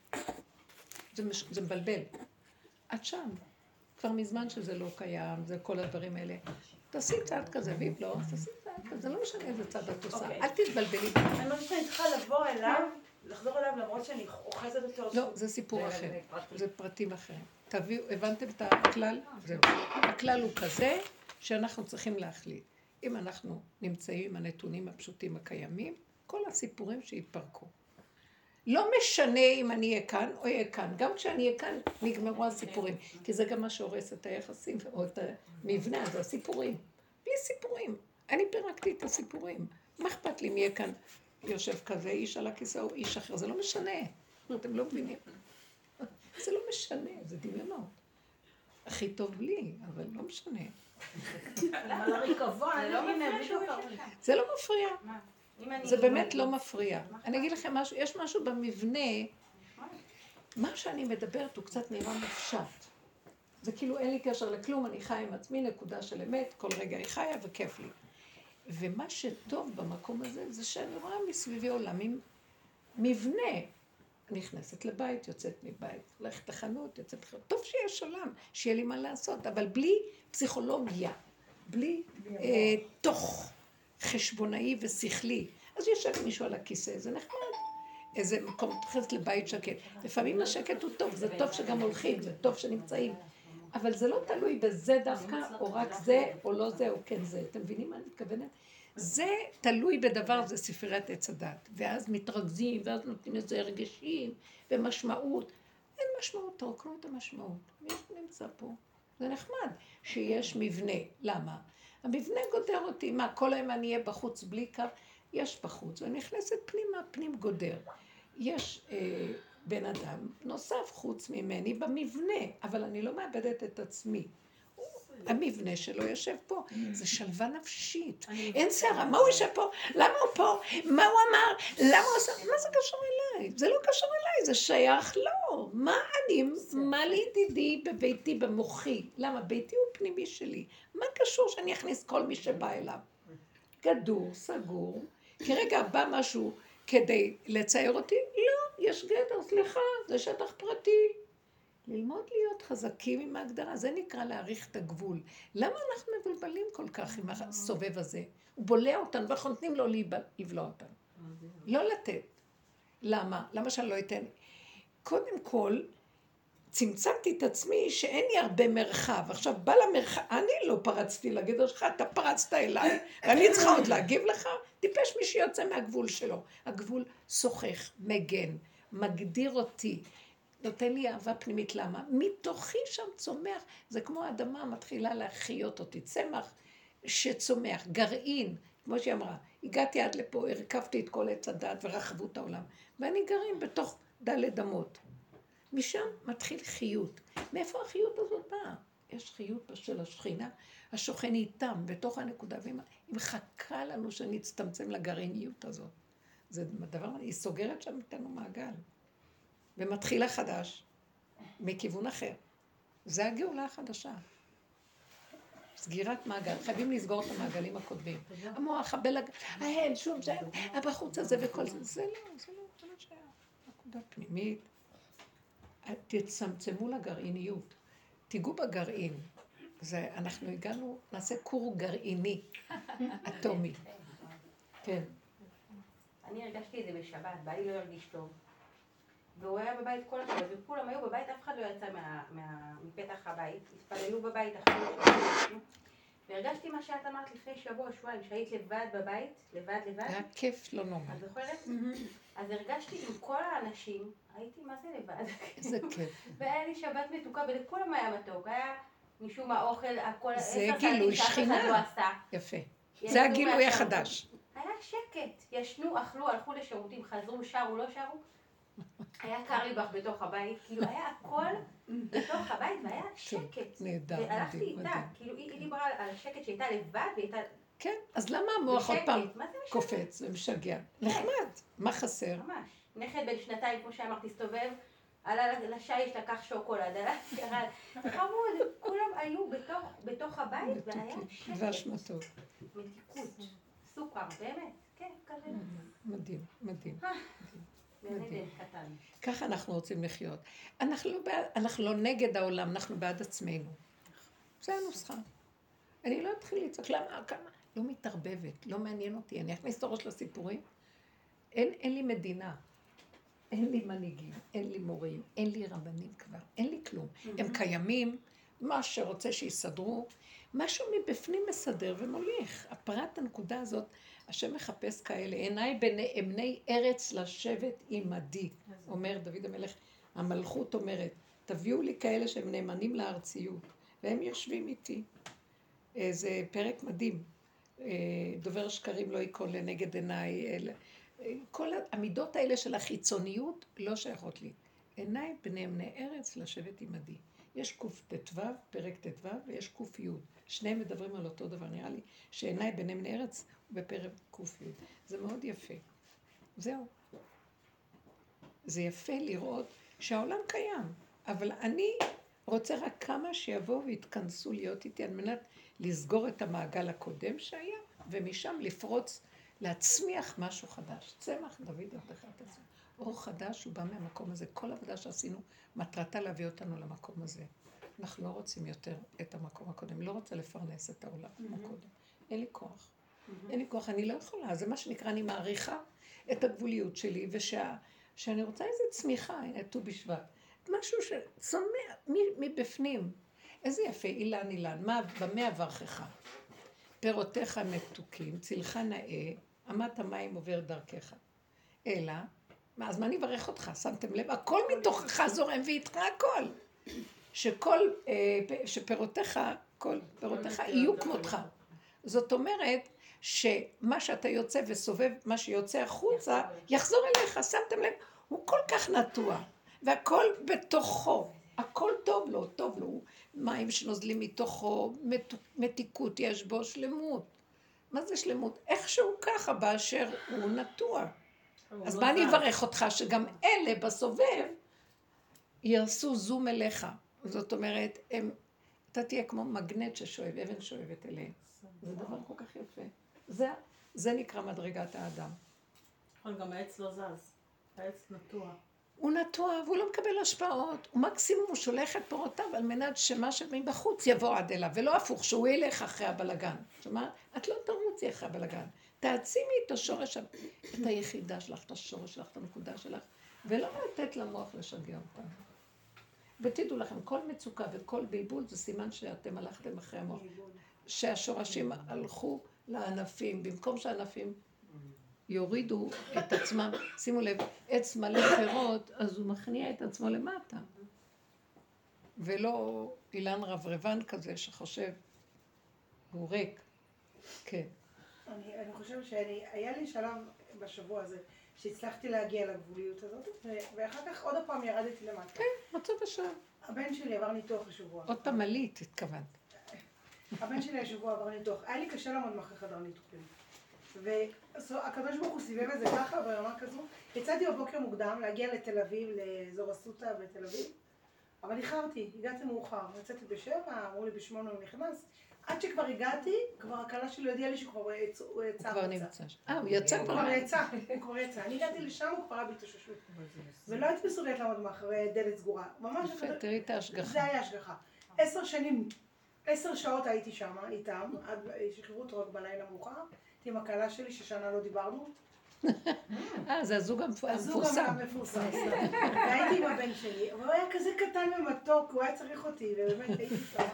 זה מבלבל. את שם. כבר מזמן שזה לא קיים, זה כל הדברים האלה. תעשי צעד כזה, ואם לא, תעשי צעד כזה, זה לא משנה איזה צעד את עושה. אל תתבלבלי. אני מרגישה שאני צריכה לבוא אליו, לחזור אליו למרות שאני אוחזת אותו. לא, זה סיפור אחר. זה פרטים אחרים. תביאו, הבנתם את הכלל? זהו. הכלל הוא כזה שאנחנו צריכים להחליט. אם אנחנו נמצאים עם הנתונים הפשוטים הקיימים, כל הסיפורים שיתפרקו. לא משנה אם אני אהיה כאן או אהיה כאן. גם כשאני אהיה כאן נגמרו הסיפורים. כי זה גם מה שהורס את היחסים או את המבנה, זה הסיפורים. בלי סיפורים. אני פירקתי את הסיפורים. מה אכפת לי אם יהיה כאן יושב כזה איש על הכיסא או איש אחר, זה לא משנה. אתם לא מבינים. זה לא משנה, זה דמיונות. הכי טוב בלי, אבל לא משנה. אבל הריקבון, זה לא מפריע. זה באמת לא מפריע. אני אגיד לכם משהו, יש משהו במבנה, מה שאני מדברת הוא קצת נראה מופשט. זה כאילו אין לי קשר לכלום, אני חיה עם עצמי, נקודה של אמת, כל רגע היא חיה וכיף לי. ומה שטוב במקום הזה, זה שאני רואה מסביבי עולם עם מבנה. נכנסת לבית, יוצאת מבית, הולכת לחנות, יוצאת לחנות. טוב שיש עולם, שיהיה לי מה לעשות, אבל בלי פסיכולוגיה, בלי תוך חשבונאי ושכלי. אז יושב מישהו על הכיסא, זה נחמד. איזה מקום, תחזת לבית שקט. לפעמים השקט הוא טוב, זה טוב שגם הולכים, זה טוב שנמצאים. אבל זה לא תלוי בזה דווקא, או רק זה, או לא זה, או כן זה. אתם מבינים מה אני מתכוונת? זה תלוי בדבר, זה ספריית עץ הדת. ואז מתרכזים, ואז נותנים איזה הרגשים ומשמעות. אין משמעות, תרוקנו את המשמעות. מי נמצא פה? זה נחמד שיש מבנה. למה? המבנה גודר אותי. מה, כל היום אני אהיה בחוץ בלי קו? יש בחוץ, ואני נכנסת פנימה, פנים גודר. יש בן אדם נוסף חוץ ממני במבנה, אבל אני לא מאבדת את עצמי. המבנה שלו יושב פה, זה שלווה נפשית. אין שערה, מה הוא יושב פה? למה הוא פה? מה הוא אמר? למה הוא עושה? מה זה קשור אליי? זה לא קשור אליי, זה שייך לו. מה אני, מה לי ידידי בביתי, במוחי? למה? ביתי הוא פנימי שלי. מה קשור שאני אכניס כל מי שבא אליו? גדור, סגור, כי רגע בא משהו כדי לצייר אותי? לא, יש גדר, סליחה, זה שטח פרטי. ללמוד להיות חזקים עם ההגדרה, זה נקרא להעריך את הגבול. למה אנחנו מבלבלים כל כך עם הסובב הזה? הוא בולע אותנו ואנחנו נותנים לו לבלוע אותנו. לא לתת. למה? למה שאני לא אתן? קודם כל, צמצמתי את עצמי שאין לי הרבה מרחב. עכשיו, בא למרחב, אני לא פרצתי לגדר שלך, אתה פרצת אליי, ואני צריכה עוד להגיב לך? טיפש מי שיוצא מהגבול שלו. הגבול שוחך, מגן, מגדיר אותי. נותן לי אהבה פנימית, למה? מתוכי שם צומח, זה כמו האדמה מתחילה להחיות אותי, צמח שצומח, גרעין, כמו שהיא אמרה, הגעתי עד לפה, הרכבתי את כל עץ הדת ורחבו את העולם, ואני גרעין בתוך דלת אמות. משם מתחיל חיות. מאיפה החיות הזאת באה? יש חיות של השכינה, השוכן איתם בתוך הנקודה, והיא מחכה לנו שנצטמצם לגרעיניות הזאת. זה דבר, היא סוגרת שם איתנו מעגל. ומתחיל החדש, מכיוון אחר. זה הגאולה החדשה. סגירת מעגל, חייבים לסגור את המעגלים הקודמים. המוח, ההן, שום, זה, הבחוץ הזה וכל זה, זה לא שייך. נקודה פנימית. תצמצמו לגרעיניות. תיגעו בגרעין. אנחנו הגענו, נעשה קור גרעיני, אטומי. כן. אני הרגשתי את זה בשבת, בא לי לא הרגיש טוב. והוא היה בבית כל השבת, וכולם היו בבית, אף אחד לא יצא מפתח הבית, התפללו בבית אחרי שבוע. והרגשתי מה שאת אמרת לפני שבועיים, שהיית לבד בבית, לבד. היה כיף לא נורא. את זוכרת? אז הרגשתי עם כל האנשים, הייתי מה זה לבד. איזה כיף. והיה לי שבת מתוקה, ולכולם היה מתוק, היה משום האוכל, הכל, זה גילוי שכינה. יפה. זה הגילוי החדש. היה שקט, ישנו, אכלו, הלכו לשירותים, חזרו, שרו, לא שרו. היה קר לי בתוך הבית, כאילו היה הכל בתוך הבית והיה שקט. נהדר, מדהים. והלכתי איתה, כאילו היא דיברה על השקט שהייתה לבד והייתה... כן, אז למה המוח עוד פעם קופץ ומשגע? נחמד, מה חסר? ממש. נכד בן 2, כמו שאמרתי, הסתובב, עלה לשיש, לקח שוקולד, עלה ירד. חמוד, כולם היו בתוך הבית והיה שקט. והשמטות. מתיקות, סוכר, באמת, כן, כזה. מדהים, מדהים. מדהים. ככה אנחנו רוצים לחיות. אנחנו לא נגד העולם, אנחנו בעד עצמנו. זה הנוסחה. אני לא אתחיל לצעוק, למה, כמה? לא מתערבבת, לא מעניין אותי. אני אכניס את הראש לסיפורים. אין לי מדינה, אין לי מנהיגים, אין לי מורים, אין לי רבנים כבר, אין לי כלום. הם קיימים, מה שרוצה שיסדרו, משהו מבפנים מסדר ומוליך. הפרט הנקודה הזאת, השם מחפש כאלה, עיניי בני ארץ לשבת עמדי, אומר דוד המלך, המלכות אומרת, תביאו לי כאלה שהם נאמנים לארציות, והם יושבים איתי. זה פרק מדהים, דובר שקרים לא יקול לנגד עיניי, כל המידות האלה של החיצוניות לא שייכות לי. עיניי בני ארץ לשבת עמדי. יש קט"ו, פרק ט"ו, ויש ק"י. שניהם מדברים על אותו דבר, נראה לי שעיניי בני ארץ בפרק ק"י. זה מאוד יפה. זהו. זה יפה לראות שהעולם קיים, אבל אני רוצה רק כמה שיבואו ויתכנסו להיות איתי על מנת לסגור את המעגל הקודם שהיה, ומשם לפרוץ, להצמיח משהו חדש. צמח דוד עבדך תצמיח. אור חדש הוא בא מהמקום הזה. כל עבודה שעשינו מטרתה להביא אותנו למקום הזה. אנחנו לא רוצים יותר את המקום הקודם. לא רוצה לפרנס את העולם הקודם. אין לי כוח. אין לי כוח, אני לא יכולה. זה מה שנקרא, אני מעריכה את הגבוליות שלי, שאני רוצה איזו צמיחה, הנה, ט"ו בשבט. משהו שצומח מבפנים. איזה יפה, אילן, במה אברכך? פירותיך מתוקים, צילך נאה, אמת המים עובר דרכך. אלא, אז מה אני אברך אותך? שמתם לב? הכל מתוכך זורם ואיתך הכל. שפירותיך, כל פירותיך יהיו כמותך. זאת אומרת, שמה שאתה יוצא וסובב, מה שיוצא החוצה, יחזור אליך, שמתם לב? הוא כל כך נטוע, והכל בתוכו, הכל טוב לו, מים שנוזלים מתוכו, מתיקות יש בו, שלמות. מה זה שלמות? איכשהו ככה באשר הוא נטוע. אז מה אני אברך אותך? שגם אלה בסובב ירסו זום אליך. זאת אומרת, אתה תהיה כמו מגנט ששואב, אבן שואבת אליהם. זה דבר כל כך יפה. זה נקרא מדרגת האדם. גם העץ לא זז, העץ נטוע. הוא נטוע והוא לא מקבל השפעות. הוא מקסימום הוא שולח את פירותיו על מנת שמה שמבחוץ יבוא עד אליו, ולא הפוך, שהוא ילך אחרי הבלגן. זאת אומרת, את לא תרוצי אחרי הבלגן. תעצימי את השורש, את היחידה שלך, את השורש שלך, את הנקודה שלך, ולא לתת למוח לשגע אותנו. ותדעו לכם, כל מצוקה וכל בלבול זה סימן שאתם הלכתם אחרי המוח. שהשורשים הלכו לענפים, במקום שהענפים יורידו את עצמם, שימו לב, עץ מלא פירות, אז הוא מכניע את עצמו למטה. ולא אילן רברבן כזה שחושב, הוא ריק. כן. אני חושבת שהיה לי שלב בשבוע הזה, שהצלחתי להגיע לגבוליות הזאת, ואחר כך עוד פעם ירדתי למטה. כן, מצאת השעה. הבן שלי עבר ניתוח השבוע. עוד פעם עלית, התכוונת. הבן שלי השבוע עבר ניתוח. היה לי קשה לעמוד מאחורי חדר ניתוחים. והקדוש ברוך הוא סיבב את זה ככה, ברמה כזו. יצאתי בבוקר מוקדם להגיע לתל אביב, לאזור אסותא בתל אביב, אבל איחרתי, הגעתי מאוחר. יצאתי ב7, אמרו לי ב8 הוא נכנס. עד שכבר הגעתי, כבר הקלה שלי הודיעה לי שכבר הוא יצא. הוא כבר נמצא. הוא יצא כבר. הוא כבר יצא. אני הגעתי לשם, הוא כבר היה בהתאוששות. ולא הייתי מסוגלת לעמוד מאחורי דלת סגורה. ממש... יפה, תראי את ההשגחה. זה היה השגחה. 10 שעות הייתי שם איתם, עד שחררו אותו רק בלילה מאוחר. הייתי עם הקלה שלי ששנה לא דיברנו. זה הזוג המפורסם. הזוג המפורסם. והייתי עם הבן שלי, אבל הוא היה כזה קטן ומתוק, הוא היה צריך אותי, ובאמת הייתי שם.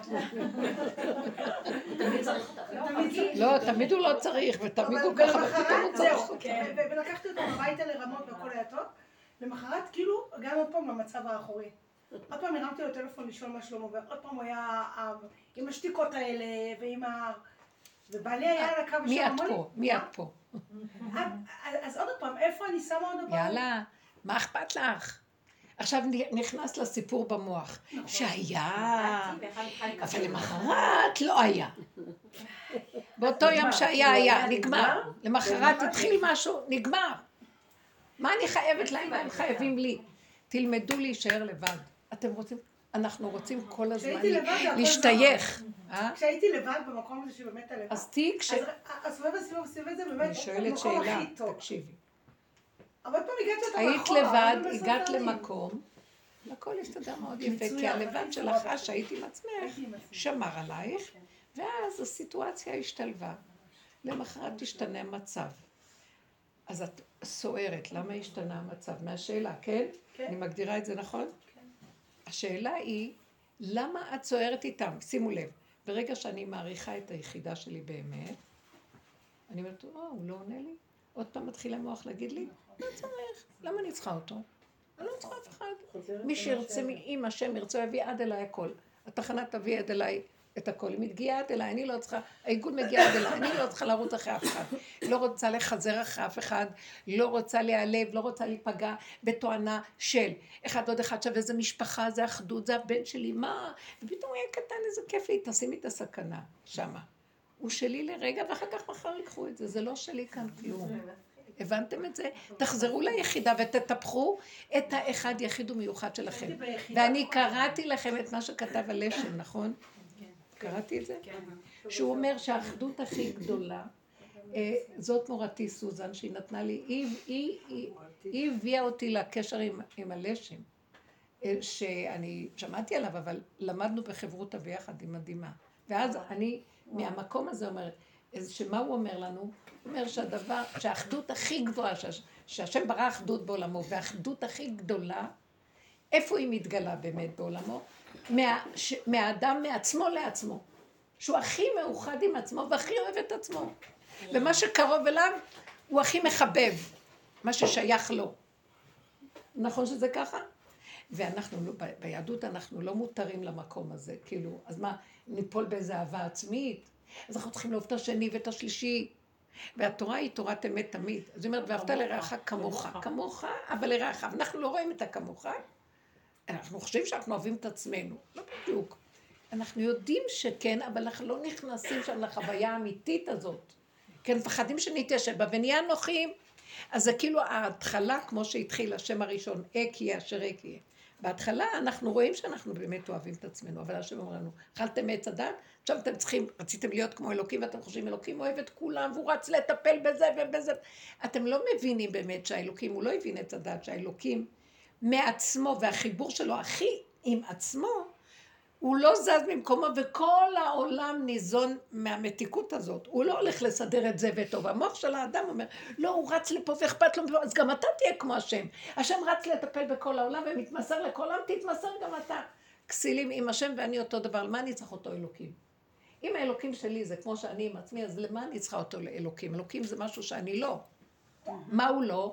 תמיד צריך אותך. לא, תמיד הוא לא צריך, ותמיד הוא ככה, ופתאום הוא צריך אותך. ולקחתי אותו הביתה לרמות והכל היה טוב. למחרת כאילו הגענו עוד פעם למצב האחורי. עוד פעם הרמתי לו טלפון לשאול מה שלמה, ועוד פעם הוא היה עם השתיקות האלה, ועם ה... ובעלי היה על הקו ושם... מי את פה? אז עוד פעם, איפה אני שמה עוד פעם? יאללה, מה אכפת לך? עכשיו נכנס לסיפור במוח, שהיה, אבל למחרת לא היה. באותו יום שהיה, נגמר. למחרת התחיל משהו, נגמר. מה אני חייבת להם? הם חייבים לי. תלמדו להישאר לבד. אתם רוצים? אנחנו רוצים כל הזמן להשתייך. כשהייתי לבד במקום הזה שבאמת הלבד. אז תהי כש... אז סובב את זה באמת אני שואלת שאלה, תקשיבי. אבל פעם הגעתי אותה היית לבד, הגעת למקום, הכל הסתדר מאוד יפה, כי הלבד שלך, שהיית עם עצמך, שמר עלייך, ואז הסיטואציה השתלבה. למחרת תשתנה המצב. אז את סוערת, למה השתנה המצב? מהשאלה, כן? אני מגדירה את זה נכון? השאלה היא, למה את סוערת איתם? שימו לב, ברגע שאני מעריכה את היחידה שלי באמת, אני אומרת, הוא לא עונה לי? עוד פעם מתחיל המוח להגיד לי, לא צריך, למה אני צריכה אותו? אני לא צריכה אף אחד. מי שירצה, אם השם ירצה, יביא עד אליי הכל. התחנה תביא עד אליי את הכל. היא מגיעה עד אליי, אני לא צריכה, העיגול מגיע עד אליי, אני לא צריכה לרוץ אחרי אף אחד. לא רוצה לחזר אחרי אף אחד, לא רוצה להיעלב, לא רוצה להיפגע בתואנה של אחד עוד אחד שווה, זה משפחה, זה אחדות, זה הבן שלי, מה? ופתאום הוא היה קטן, איזה כיף לי, תשימי את הסכנה שמה. הוא שלי לרגע, ואחר כך מחר יקחו את זה, זה לא שלי כאן כלום. הבנתם את זה? תחזרו ליחידה ותטפחו את האחד יחיד ומיוחד שלכם. ואני קראתי לכם את מה שכתב הלשם, נכון? קראתי את זה? שהוא אומר שהאחדות הכי גדולה, זאת מורתי סוזן שהיא נתנה לי, היא הביאה אותי לקשר עם הלשם, שאני שמעתי עליו, אבל למדנו בחברותה ביחד, היא מדהימה. ואז אני מהמקום הזה אומרת, שמה הוא אומר לנו? הוא אומר שהאחדות הכי גבוהה, שהשם ברא אחדות בעולמו, והאחדות הכי גדולה, איפה היא מתגלה באמת בעולמו? מהאדם מעצמו לעצמו. שהוא הכי מאוחד עם עצמו והכי אוהב את עצמו. ומה שקרוב אליו הוא הכי מחבב, מה ששייך לו. נכון שזה ככה? ואנחנו, ביהדות אנחנו לא מותרים למקום הזה, כאילו, אז מה, ניפול באיזה אהבה עצמית? אז אנחנו צריכים לאהוב את השני ואת השלישי. והתורה היא תורת אמת תמיד. זאת אומרת, ואהבת לרעך כמוך. כמוך, אבל לרעך. אנחנו לא רואים את הכמוך. אנחנו חושבים שאנחנו אוהבים את עצמנו. לא בדיוק. אנחנו יודעים שכן, אבל אנחנו לא נכנסים שם לחוויה האמיתית הזאת. כן, מפחדים שנתיישב בה ונהיה נוחים. אז זה כאילו ההתחלה, כמו שהתחיל השם הראשון, אקיה אשר אקיה. בהתחלה אנחנו רואים שאנחנו באמת אוהבים את עצמנו, אבל השם אומר לנו, אכלתם מעץ הדת, עכשיו אתם צריכים, רציתם להיות כמו אלוקים, ואתם חושבים, אלוקים אוהב את כולם, והוא רץ לטפל בזה ובזה. אתם לא מבינים באמת שהאלוקים, הוא לא הבין את הדת, שהאלוקים מעצמו, והחיבור שלו הכי עם עצמו, הוא לא זז ממקומו, וכל העולם ניזון מהמתיקות הזאת. הוא לא הולך לסדר את זה וטוב. המוח של האדם אומר, לא, הוא רץ לפה ואכפת לו, אז גם אתה תהיה כמו השם. השם רץ לטפל בכל העולם ומתמסר לכל העולם, תתמסר גם אתה. כסילים עם השם ואני אותו דבר, למה אני צריך אותו אלוקים? אם האלוקים שלי זה כמו שאני עם עצמי, אז למה אני צריכה אותו לאלוקים? אלוקים זה משהו שאני לא. מה הוא לא?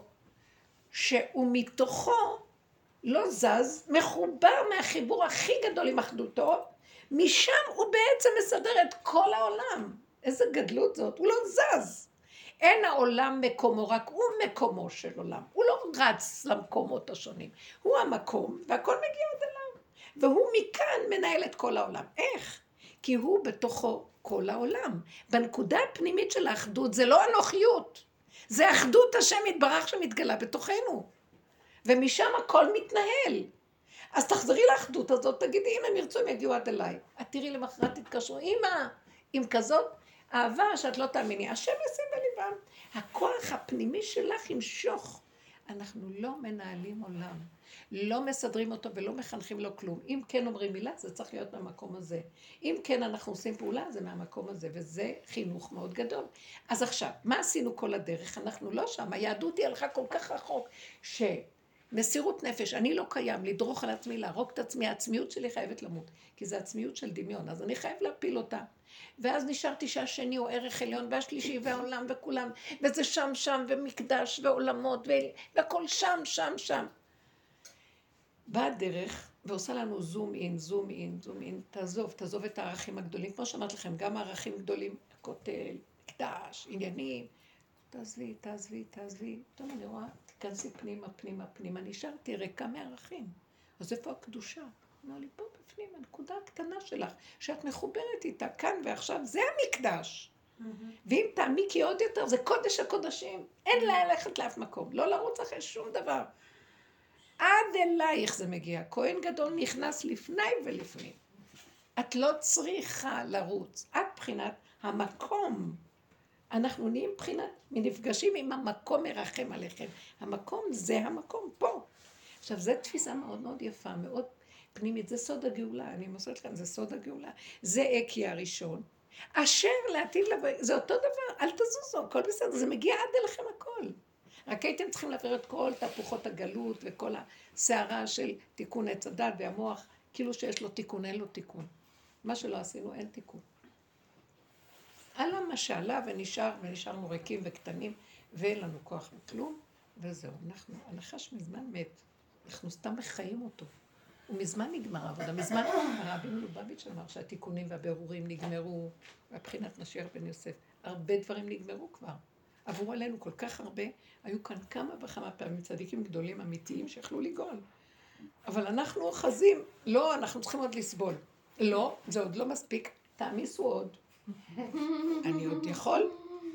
שהוא מתוכו לא זז, מחובר מהחיבור הכי גדול עם אחדותו, משם הוא בעצם מסדר את כל העולם. איזה גדלות זאת, הוא לא זז. אין העולם מקומו, רק הוא מקומו של עולם. הוא לא רץ למקומות השונים. הוא המקום, והכל מגיע עד אליו. והוא מכאן מנהל את כל העולם. איך? כי הוא בתוכו כל העולם. בנקודה הפנימית של האחדות, זה לא אנוכיות. זה אחדות השם יתברך שמתגלה בתוכנו. ומשם הכל מתנהל. אז תחזרי לאחדות הזאת, תגידי, אם הם ירצו, הם יגיעו עד אליי. את תראי למחרת, תתקשרו, אמא, עם כזאת אהבה שאת לא תאמיני. השם ישים בליבם. הכוח הפנימי שלך ימשוך. אנחנו לא מנהלים עולם. לא מסדרים אותו ולא מחנכים לו כלום. אם כן אומרים מילה, זה צריך להיות מהמקום הזה. אם כן אנחנו עושים פעולה, זה מהמקום הזה. וזה חינוך מאוד גדול. אז עכשיו, מה עשינו כל הדרך? אנחנו לא שם. היהדות היא הלכה כל כך רחוק, מסירות נפש, אני לא קיים, לדרוך על עצמי, להרוג את עצמי, העצמיות שלי חייבת למות, כי זה עצמיות של דמיון, אז אני חייב להפיל אותה. ואז נשארתי שהשני הוא ערך עליון, והשלישי והעולם וכולם, וזה שם, ומקדש ועולמות, והכל שם. באה דרך, ועושה לנו זום אין, תעזוב את הערכים הגדולים, כמו שאמרת לכם, גם הערכים גדולים, הכותל, מקדש, עניינים, תעזבי. טוב, אני רואה, תכנסי פנימה, נשארתי ריקה מערכים. אז איפה הקדושה? אמר לי, פה בפנים, הנקודה הקטנה שלך, שאת מחוברת איתה כאן ועכשיו, זה המקדש. ואם תעמיקי עוד יותר, זה קודש הקודשים. אין לה ללכת לאף מקום, לא לרוץ אחרי שום דבר. עד אלייך זה מגיע. כהן גדול נכנס לפני ולפנים. את לא צריכה לרוץ. את בחינת המקום. אנחנו נהיים בחינת, מנפגשים עם המקום מרחם עליכם. המקום זה המקום פה. עכשיו, זו תפיסה מאוד מאוד יפה, מאוד פנימית. זה סוד הגאולה, אני מוסרת לכם, זה סוד הגאולה. זה אקיה הראשון. אשר לעתיד לבוא, זה אותו דבר, אל תזוזו, הכל בסדר, זה מגיע עד אליכם הכל. רק הייתם צריכים להעביר את כל תפוחות הגלות וכל הסערה של תיקון עץ הדת והמוח, כאילו שיש לו תיקון, אין לו תיקון. מה שלא עשינו, אין תיקון. עלה מה שעלה ונשארנו ריקים וקטנים, ואין לנו כוח מכלום, וזהו, הנחש מזמן מת. אנחנו סתם מחיים אותו. ומזמן נגמר העבודה. מזמן הרבי מלובביץ' אמר שהתיקונים והבירורים נגמרו, מבחינת משיח בן יוסף. הרבה דברים נגמרו כבר. עברו עלינו כל כך הרבה, היו כאן כמה וכמה פעמים צדיקים גדולים אמיתיים שיכלו לגאול. אבל אנחנו אוחזים, לא, אנחנו צריכים עוד לסבול. לא, זה עוד לא מספיק, תעמיסו עוד. אני עוד יכול?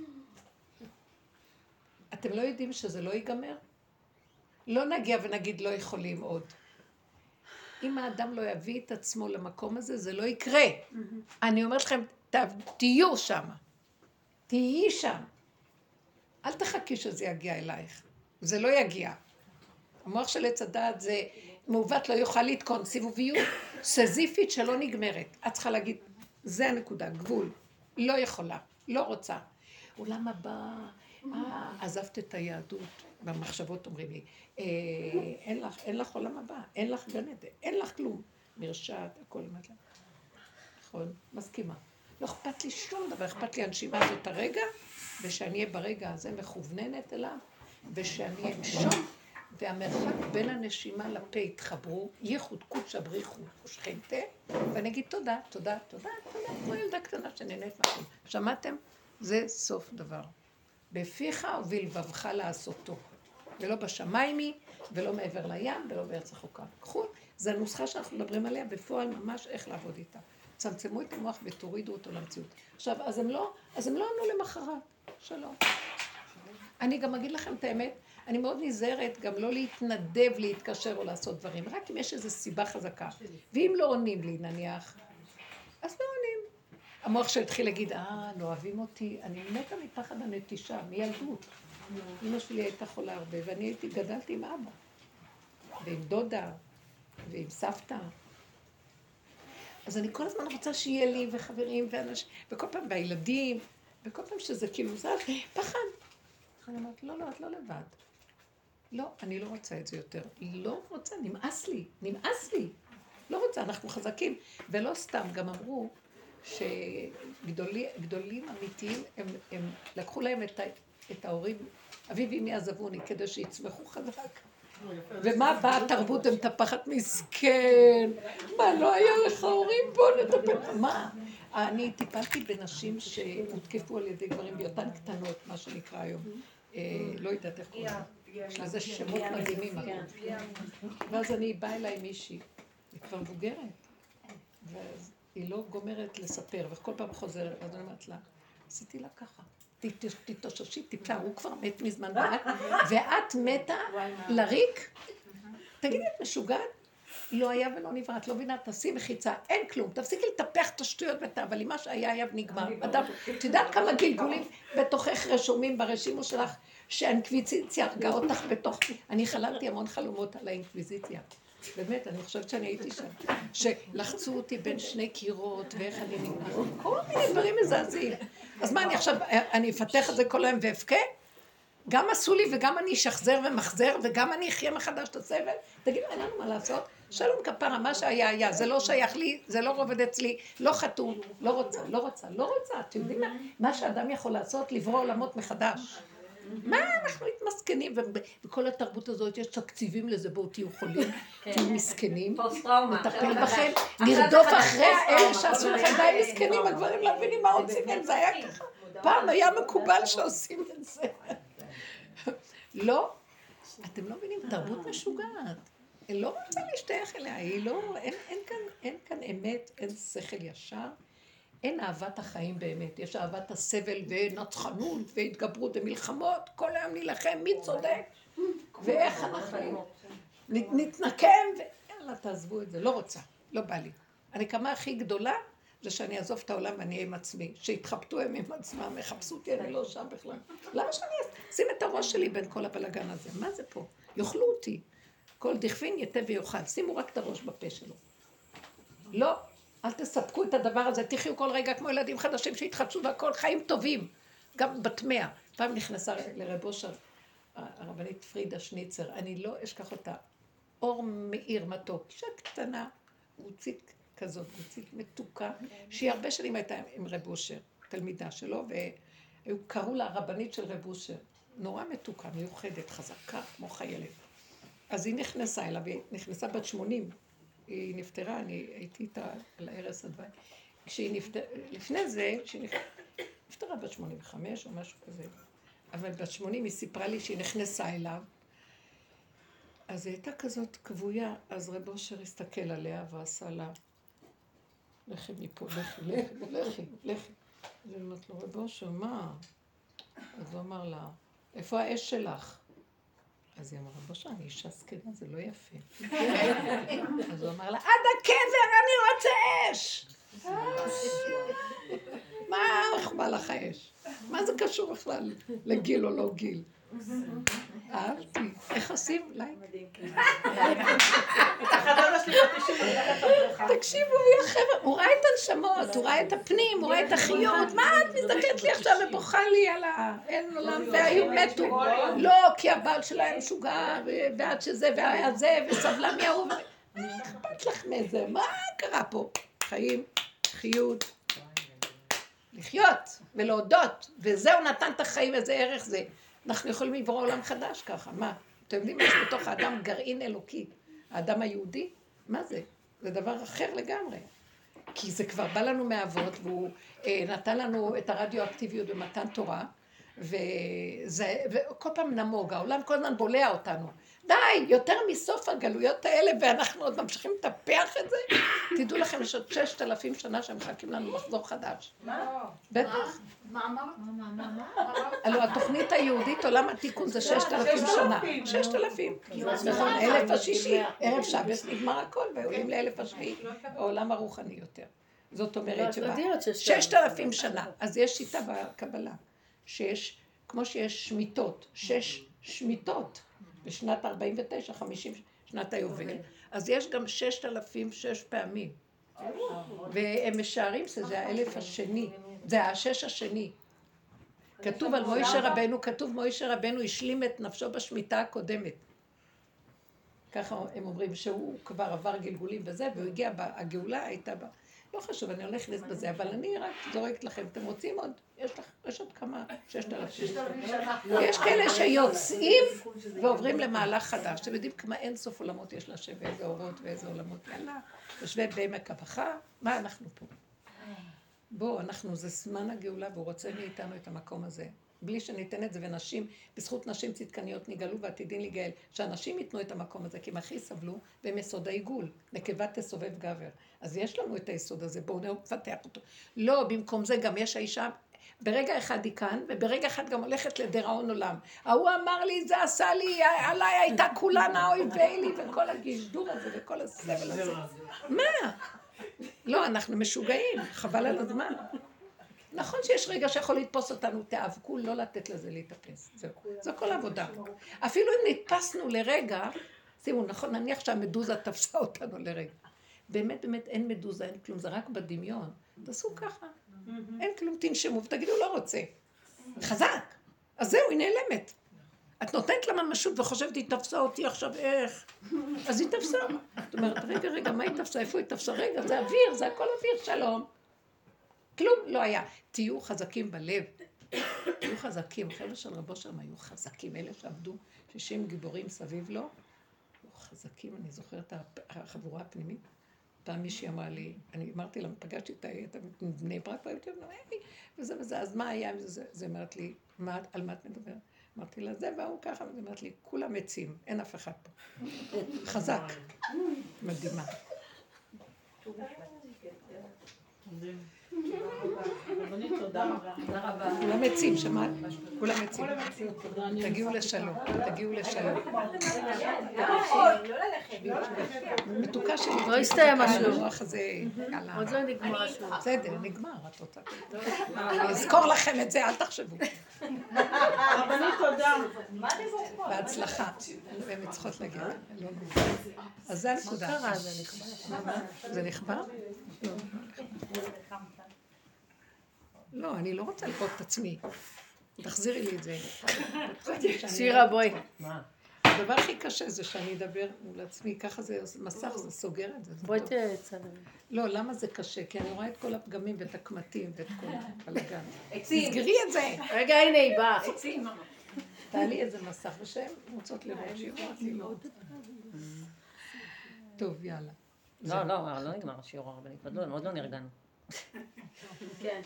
אתם לא יודעים שזה לא ייגמר? לא נגיע ונגיד לא יכולים עוד. אם האדם לא יביא את עצמו למקום הזה, זה לא יקרה. אני אומרת לכם, תהיו שם. תהיי שם. אל תחכי שזה יגיע אלייך. זה לא יגיע. המוח של עץ הדעת זה מעוות לא יוכל לתקון, סיבוביות סזיפית שלא נגמרת. את צריכה להגיד, זה הנקודה, גבול. לא יכולה, לא רוצה. עולם הבא, עזבת את היהדות, במחשבות אומרים לי, אין לך עולם הבא, אין לך גן עדן, אין לך כלום. מרשעת, הכל אמרת לה. נכון, מסכימה. לא אכפת לי שום דבר, אכפת לי הנשימה הזאת הרגע, ושאני אהיה ברגע הזה מכווננת אליו, ושאני אנשום, והמרחק בין הנשימה לפה יתחברו, ייחוד קודשא בריחו ושכינתה, ואני אגיד תודה, תודה, תודה, תודה, כמו ילדה קטנה שנהנית מהחיים. שמעתם? זה סוף דבר. בפיך ובלבבך לעשותו, ולא בשמיימי, ולא מעבר לים, ולא בארץ רחוקה. קחו, זו הנוסחה שאנחנו מדברים עליה בפועל ממש איך לעבוד איתה. צמצמו את המוח ותורידו אותו למציאות. עכשיו, אז הם לא ענו למחרת. שלום. אני גם אגיד לכם את האמת, אני מאוד נזהרת גם לא להתנדב, להתקשר או לעשות דברים, רק אם יש איזו סיבה חזקה. ואם לא עונים לי, נניח, אז לא עונים. המוח שהתחיל להגיד, לא אוהבים אותי, אני מתה מפחד הנטישה, מילדות. אמא שלי הייתה חולה הרבה, ואני גדלתי עם אבא, ועם דודה, ועם סבתא. אז אני כל הזמן רוצה שיהיה לי וחברים ואנשים, וכל פעם והילדים, וכל פעם שזה כאילו זה, פחד. אני אומרת, לא, את לא לבד. לא, אני לא רוצה את זה יותר. לא רוצה, נמאס לי. לא רוצה, אנחנו חזקים. ולא סתם, גם אמרו שגדולים אמיתיים, הם לקחו להם את ההורים, אבי ואמי עזבוני, כדי שיצמחו חזק. ומה באה התרבות המטפחת מסכן? מה, לא היה לך הורים? בוא נטפל. מה? אני טיפלתי בנשים שהותקפו על ידי גברים בהיותן קטנות, מה שנקרא היום. לא יודעת איך קוראים. יש לזה שמות מדהימים. ואז אני באה אליי מישהי, היא כבר מבוגרת, ואז היא לא גומרת לספר, וכל פעם חוזרת, אז אני אומרת לה, עשיתי לה ככה. תתאוששי, תתארו, כבר מת מזמן, ואת מתה לריק? תגידי, את משוגעת? לא היה ולא נברא, את לא בינה, תעשי מחיצה, אין כלום, תפסיקי לטפח את השטויות אבל מה שהיה ונגמר. אדם, את יודעת כמה גלגולים בתוכך רשומים ברשימו שלך, שהאינקוויזיציה הרגה אותך בתוך... אני חלמתי המון חלומות על האינקוויזיציה. באמת, אני חושבת שאני הייתי שם. שלחצו אותי בין שני קירות, ואיך אני נגמר. כל מיני דברים מזעזעים. אז מה, אני עכשיו, אני אפתח את זה כל היום ואפקה? גם עשו לי וגם אני אשחזר ומחזר, וגם אני אחיה מחדש את הסבל? תגידו, אין לנו מה לעשות? שלום כפרה, מה שהיה היה, זה לא שייך לי, זה לא רובד אצלי, לא חתום, לא רוצה. אתם יודעים מה שאדם יכול לעשות? לברוא עולמות מחדש. מה אנחנו מתמסכנים, וכל התרבות הזאת יש תקציבים לזה, בואו תהיו חולים, תהיו מסכנים, נטפל בכם, נרדוף אחרי האלה שעשו לכם די מסכנים, הגברים לא מבינים מה רוצים מהם, זה היה ככה. פעם היה מקובל שעושים את זה. לא, אתם לא מבינים, תרבות משוגעת. היא לא רוצה להשתייך אליה, היא לא, אין כאן אמת, אין שכל ישר. אין אהבת החיים באמת, יש אהבת הסבל ונצחנות והתגברות ומלחמות, כל היום נילחם, מי צודק ואיך אנחנו נתנקם ויאללה תעזבו את זה, לא רוצה, לא בא לי. הנקמה הכי גדולה זה שאני אעזוב את העולם ואני אהיה עם עצמי, שיתחבטו הם עם עצמם, יחפשו אותי, אני לא שם בכלל. למה שאני אשים את הראש שלי בין כל הבלגן הזה? מה זה פה? יאכלו אותי. כל דכפין יתה ויאכל, שימו רק את הראש בפה שלו. לא. אל תספקו את הדבר הזה, תחיו כל רגע כמו ילדים חדשים שהתחדשו והכל חיים טובים, גם בתמיה. פעם נכנסה לרב אושר, הרבנית פרידה שניצר, אני לא אשכח אותה, אור מאיר מתוק, אישה קטנה, גוצית כזאת, גוצית מתוקה, שהיא הרבה שנים הייתה עם רב אושר, תלמידה שלו, וקראו לה הרבנית של רב אושר, נורא מתוקה, מיוחדת, חזקה, כמו חיילת. אז היא נכנסה אליו, היא נכנסה בת 80, היא נפטרה, אני הייתי איתה על הערש הדווי. כשהיא נפטרה, לפני זה, כשהיא נפטרה בת 85 או משהו כזה, אבל בת 80 היא סיפרה לי שהיא נכנסה אליו, אז היא הייתה כזאת כבויה, אז רב אושר הסתכל עליה ועשה לה, לכי מפה, לכי. אז היא אומרת לו, רב אושר, מה? אז הוא אמר לה, איפה האש שלך? אז היא אמרה, רב אושר, אני אישה זקנה, זה לא יפה. אז הוא אמר לה, עד הקבר אני רוצה אש! מה אכבה לך האש? מה זה קשור בכלל לגיל או לא גיל? אהבתי. איך עושים? תקשיבו, הוא חבר'ה, הוא ראה את הנשמות, הוא ראה את הפנים, הוא ראה את החיות. מה את מזדקת לי עכשיו ובוכה לי על האין עולם, והיו מתו. לא, כי הבעל שלה היה משוגע, ועד שזה, והיה זה, וסבלה מההוא. מה אכפת לך מזה? מה קרה פה? חיים, חיות. לחיות ולהודות, וזהו נתן את החיים, איזה ערך זה. אנחנו יכולים לברוא עולם חדש ככה, מה? אתם יודעים מה יש בתוך האדם גרעין אלוקי, האדם היהודי? מה זה? זה דבר אחר לגמרי. כי זה כבר בא לנו מאבות, והוא נתן לנו את הרדיואקטיביות במתן תורה, וכל פעם נמוג, העולם כל הזמן בולע אותנו. די, יותר מסוף הגלויות האלה, ואנחנו עוד ממשיכים לטפח את זה. תדעו לכם, יש עוד 6,000 שנה שמחכים לנו לחזור חדש. מה? בטח. מה אמרת? הלוא התוכנית היהודית, עולם התיקון זה 6,000 שנה. 6,000. נכון, 1,000 השישי, ערב שבס נגמר הכל, ועולים ל1,000 השביעי, העולם הרוחני יותר. זאת אומרת שבה 6,000 שנה. אז יש שיטה בקבלה, שיש, כמו שיש שמיטות, 6 שמיטות. בשנת 49, 50, שנת היובל, אז יש גם 6,006 פעמים. והם משערים שזה 1,000 השני, זה 6 השני. כתוב על מוישה רבנו, כתוב מוישה רבנו השלים את נפשו בשמיטה הקודמת. ככה הם אומרים שהוא כבר עבר גלגולים וזה, והוא הגיע, הגאולה הייתה בה. לא חשוב, אני הולך לזה בזה, אבל אני רק זורקת לכם, אתם רוצים עוד? יש עוד כמה, 6,000. יש כאלה שיוצאים ועוברים למהלך חדש. אתם יודעים כמה אין סוף עולמות יש לשם, ואיזה אורות ואיזה עולמות. יאללה, יושבי בעמק הבכה, מה אנחנו פה? בואו, זה זמן הגאולה, והוא רוצה מאיתנו את המקום הזה. בלי שניתן את זה, ונשים, בזכות נשים צדקניות נגאלו ועתידין להיגאל, שאנשים ייתנו את המקום הזה, כי הם הכי סבלו, והם יסוד העיגול, נקבה תסובב גבר. אז יש לנו את היסוד הזה, בואו נפתח אותו. לא, במקום זה גם יש האישה, ברגע אחד היא כאן, וברגע אחד גם הולכת לדיראון עולם. ההוא אמר לי, זה עשה לי, עליי הייתה כולנה, אוי ואי לי, וכל הגשדור הזה, וכל הסבל הזה. מה? לא, אנחנו משוגעים, חבל על הזמן. נכון שיש רגע שיכול לתפוס אותנו, תאבקו, לא לתת לזה להתאפס. זו כל העבודה. אפילו אם נתפסנו לרגע, שימו, נכון, נניח שהמדוזה תפסה אותנו לרגע. באמת, אין מדוזה, אין כלום, זה רק בדמיון. תעשו ככה. אין כלום, תנשמו ותגידו, לא רוצה. חזק. אז זהו, היא נעלמת. את נותנת לה ממשות וחושבת, היא תפסה אותי עכשיו, איך? אז היא תפסה. זאת אומרת, רגע, מה היא תפסה? איפה היא תפסה? רגע, זה אוויר, זה הכל אוויר, שלום. כלום לא היה. תהיו חזקים בלב. תהיו חזקים. חבר'ה של רבו שם היו חזקים. אלה שעבדו 60 גיבורים סביב לו. היו חזקים. אני זוכרת החבורה הפנימית. פעם מישהי אמרה לי, אני אמרתי לה, פגשתי את בני ברק, והייתי אומרת, וזה וזה, אז מה היה עם זה? זה אמרת לי, על מה את מדברת? אמרתי לה, זה והוא ככה, וזה אמרת לי, כולם עצים, אין אף אחד פה. חזק. מדהימה. כולם עצים, שמעת? כולם עצים. תגיעו לשלום, תגיעו לשלום. מתוקה שלי. לא הסתיים משהו. עוד לא נגמר משהו. בסדר, נגמר, את רוצה. אני אזכור לכם את זה, אל תחשבו. רבנית, תודה. בהצלחה. הן צריכות להגיד. אז זה הנקודה. מה קרה? זה נכבה. זה נכבה? לא, אני לא רוצה לראות את עצמי. תחזירי לי את זה. שירה, בואי. הדבר הכי קשה זה שאני אדבר מול עצמי, ככה זה מסך, זה סוגר את זה. בואי תצלם. לא, למה זה קשה? כי אני רואה את כל הפגמים ואת הקמטים ואת כל הבלגן. עצים. תסגרי את זה. רגע, הנה היא באה. עצים. תעלי איזה מסך, ושהם רוצות לראות שהיא רואה אותי לא. טוב, יאללה. לא, לא נגמר השיעור הרבנית, עוד לא נרגענו. כן.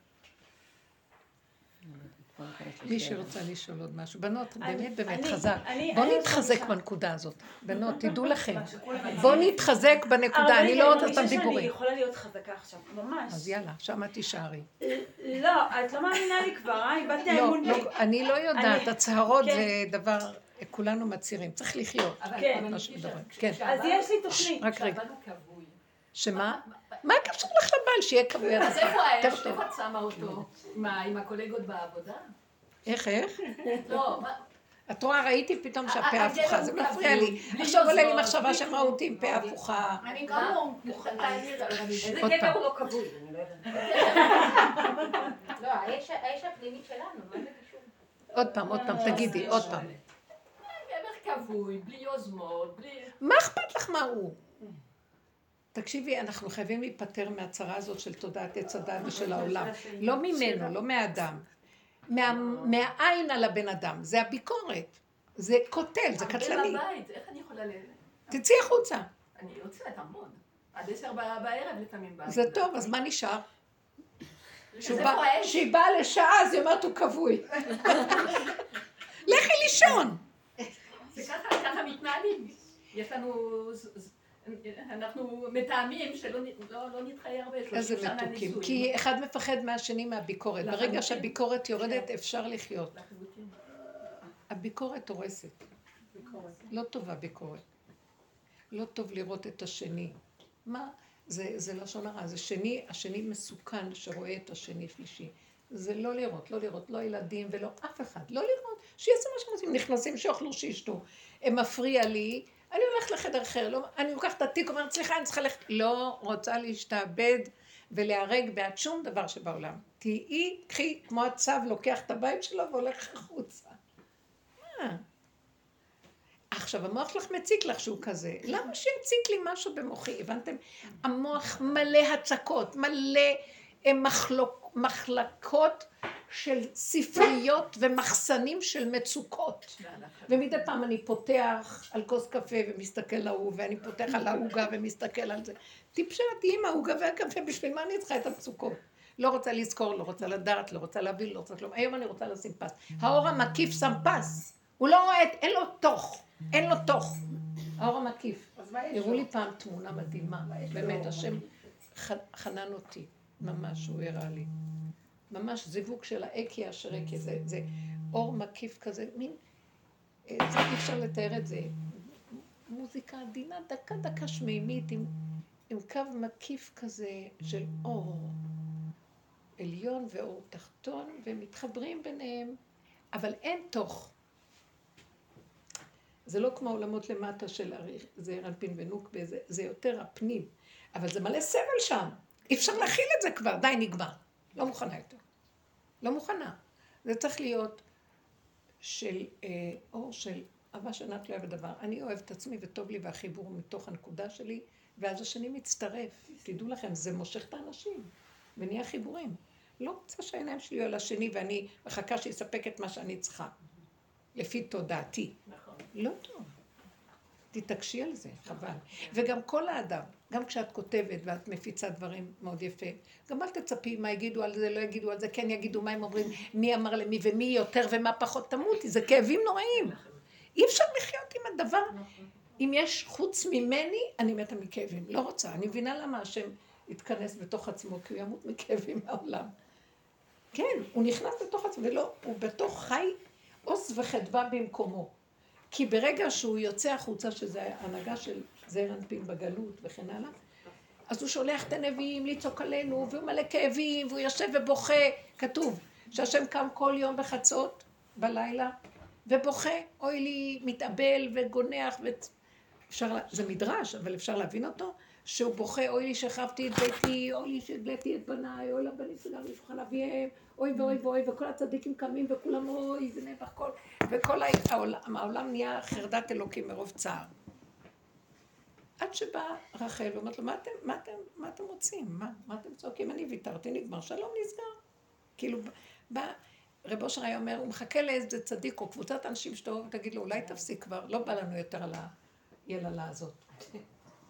מי שרוצה לשאול עוד משהו. בנות, באמת אני- חזק. אני- בואו אני נתחזק רוצה- בנקודה הזאת. בנות, תדעו לכם. בואו נתחזק בנקודה, אני לא רוצה סתם אני דיבורים. יכולה להיות חזקה עכשיו, ממש. אז יאללה, שמה תישארי. לא, את לא מאמינה לי כבר, איבדת אמון בי. לא, אני לא יודעת, אני- הצהרות כן. זה דבר, כולנו מצהירים, צריך לחיות. כן. מה שמדברים. כן, אז יש לי תוכנית. רק רגע. שהבנו כבוי. שמה? מה קשור לך לבעל שיהיה כבד? אז איפה האש? יותר טוב. איפה את שמה אותו? עם הקולגות בעבודה? איך? לא, מה... את רואה, ראיתי פתאום שהפה הגבר הפוכה, זה הוא מפריע לי. בלי עכשיו עולה לי יוזמות, מחשבה בלי שהם ראו אותי עם פה הפוכה. אני גם לא מוכנה. איזה עוד גבר פעם. הוא לא כבוי, אני לא יודעת. לא, האש הפנימית שלנו, מה זה קשור? עוד פעם, תגידי, עוד פעם. גבר כבוי, בלי יוזמות, בלי... מה אכפת לך מה הוא? תקשיבי, אנחנו חייבים להיפטר מהצרה הזאת של תודעת עץ הדת ושל העולם. לא ממנו, לא מהאדם. מהעין על הבן אדם. זה הביקורת. זה קוטל, זה קטלני. בבית, איך אני יכולה תצאי החוצה. אני יוצאת המון. עד 10 בערב לפעמים בית. זה טוב, אז מה נשאר? אז איפה האש? כשהיא באה לשעה, אז היא אומרת, הוא כבוי. לכי לישון. זה ככה מתנהלים. יש לנו... אנחנו מתאמים שלא נתחיי הרבה. איזה מתוקים. כי אחד מפחד מהשני מהביקורת. ברגע שהביקורת יורדת, אפשר לחיות. הביקורת הורסת. לא טובה ביקורת. לא טוב לראות את השני. מה? זה לשון הרע. זה השני מסוכן שרואה את השני שלישי. זה לא לראות, לא ילדים ולא אף אחד. לא לראות, שיעשו מה שהם רוצים. נכנסים, שאוכלו, שישתו. הם מפריע לי. אני הולכת לחדר אחר, אני לוקחת את התיק, אומרת, סליחה, אני צריכה ללכת. לא רוצה להשתעבד ולהרג בעד שום דבר שבעולם. תהיי, קחי כמו הצו, לוקח את הבית שלו והולך החוצה. מה? עכשיו, המוח שלך מציק לך שהוא כזה. למה שיציק לי משהו במוחי? הבנתם? המוח מלא הצקות, מלא מחלקות של ספריות ומחסנים של מצוקות. ומדי פעם אני פותח על כוס קפה ומסתכל להוא, ואני פותח על העוגה ומסתכל על זה. טיפשה, תהיי עם העוגה והקפה, בשביל מה אני צריכה את המצוקות? לא רוצה לזכור, לא רוצה לדעת, לא רוצה להבין, לא רוצה כלום. היום אני רוצה לשים פס. האור המקיף שם פס. הוא לא רואה, אין לו תוך. אין לו תוך. האור המקיף. הראו לי פעם תמונה מדהימה. באמת, השם חנן אותי. ממש, הוא הראה לי. ממש זיווג של האקי השרקי. זה אור מקיף כזה, מין... אי אפשר לתאר את זה. מוזיקה עדינה, דקה שמימית, עם קו מקיף כזה של אור. עליון ואור תחתון, והם מתחברים ביניהם, אבל אין תוך. זה לא כמו העולמות למטה של זעיר אנפין ונוקבה, זה יותר הפנים, אבל זה מלא סבל שם. אי אפשר להכיל את זה כבר, די נגמר. לא מוכנה יותר. לא מוכנה. זה צריך להיות של אור של אהבה שענת לא אוהבת דבר. אני אוהב את עצמי וטוב לי והחיבור מתוך הנקודה שלי, ואז השני מצטרף. תדעו לכם, זה מושך את האנשים, ונהיה חיבורים. לא רוצה שהעיניים שלי יהיו על השני, ואני מחכה שיספק את מה שאני צריכה. לפי תודעתי. נכון. לא טוב. תתעקשי על זה, חבל. וגם כל האדם, גם כשאת כותבת ואת מפיצה דברים מאוד יפה, גם אל תצפי מה יגידו על זה, לא יגידו על זה, כן יגידו מה הם אומרים, מי אמר למי ומי יותר ומה פחות תמותי, זה כאבים נוראים. אי אפשר לחיות עם הדבר. אם יש חוץ ממני, אני מתה מכאבים. לא רוצה. אני מבינה למה השם יתכנס בתוך עצמו, כי הוא ימות מכאבים מהעולם. כן, הוא נכנס בתוך עצמו, ולא, הוא בתוך חי עוז וחדווה במקומו. כי ברגע שהוא יוצא החוצה, שזה הנהגה של זעיר אנפין בגלות וכן הלאה, אז הוא שולח את הנביאים לצעוק עלינו, והוא מלא כאבים, והוא יושב ובוכה. כתוב שהשם קם כל יום בחצות בלילה, ובוכה, אוי לי, מתאבל וגונח, זה מדרש, אבל אפשר להבין אותו, שהוא בוכה, אוי לי שחרבתי את ביתי, אוי לי שהגליתי את בניי, אוי לבנים שלנו לשולחן אביהם, אוי ואוי ואוי, וכל הצדיקים קמים וכולם אוי, זה נבח כל, וכל העולם נהיה חרדת אלוקים מרוב צער. עד שבא רחל ואומרת לו, מה אתם רוצים? מה אתם צועקים? אני ויתרתי, נגמר, שלום נסגר. כאילו, רב אושר היה אומר, הוא מחכה לאיזה צדיק או קבוצת אנשים שתגיד לו, אולי תפסיק כבר, לא בא לנו יותר על היללה הזאת.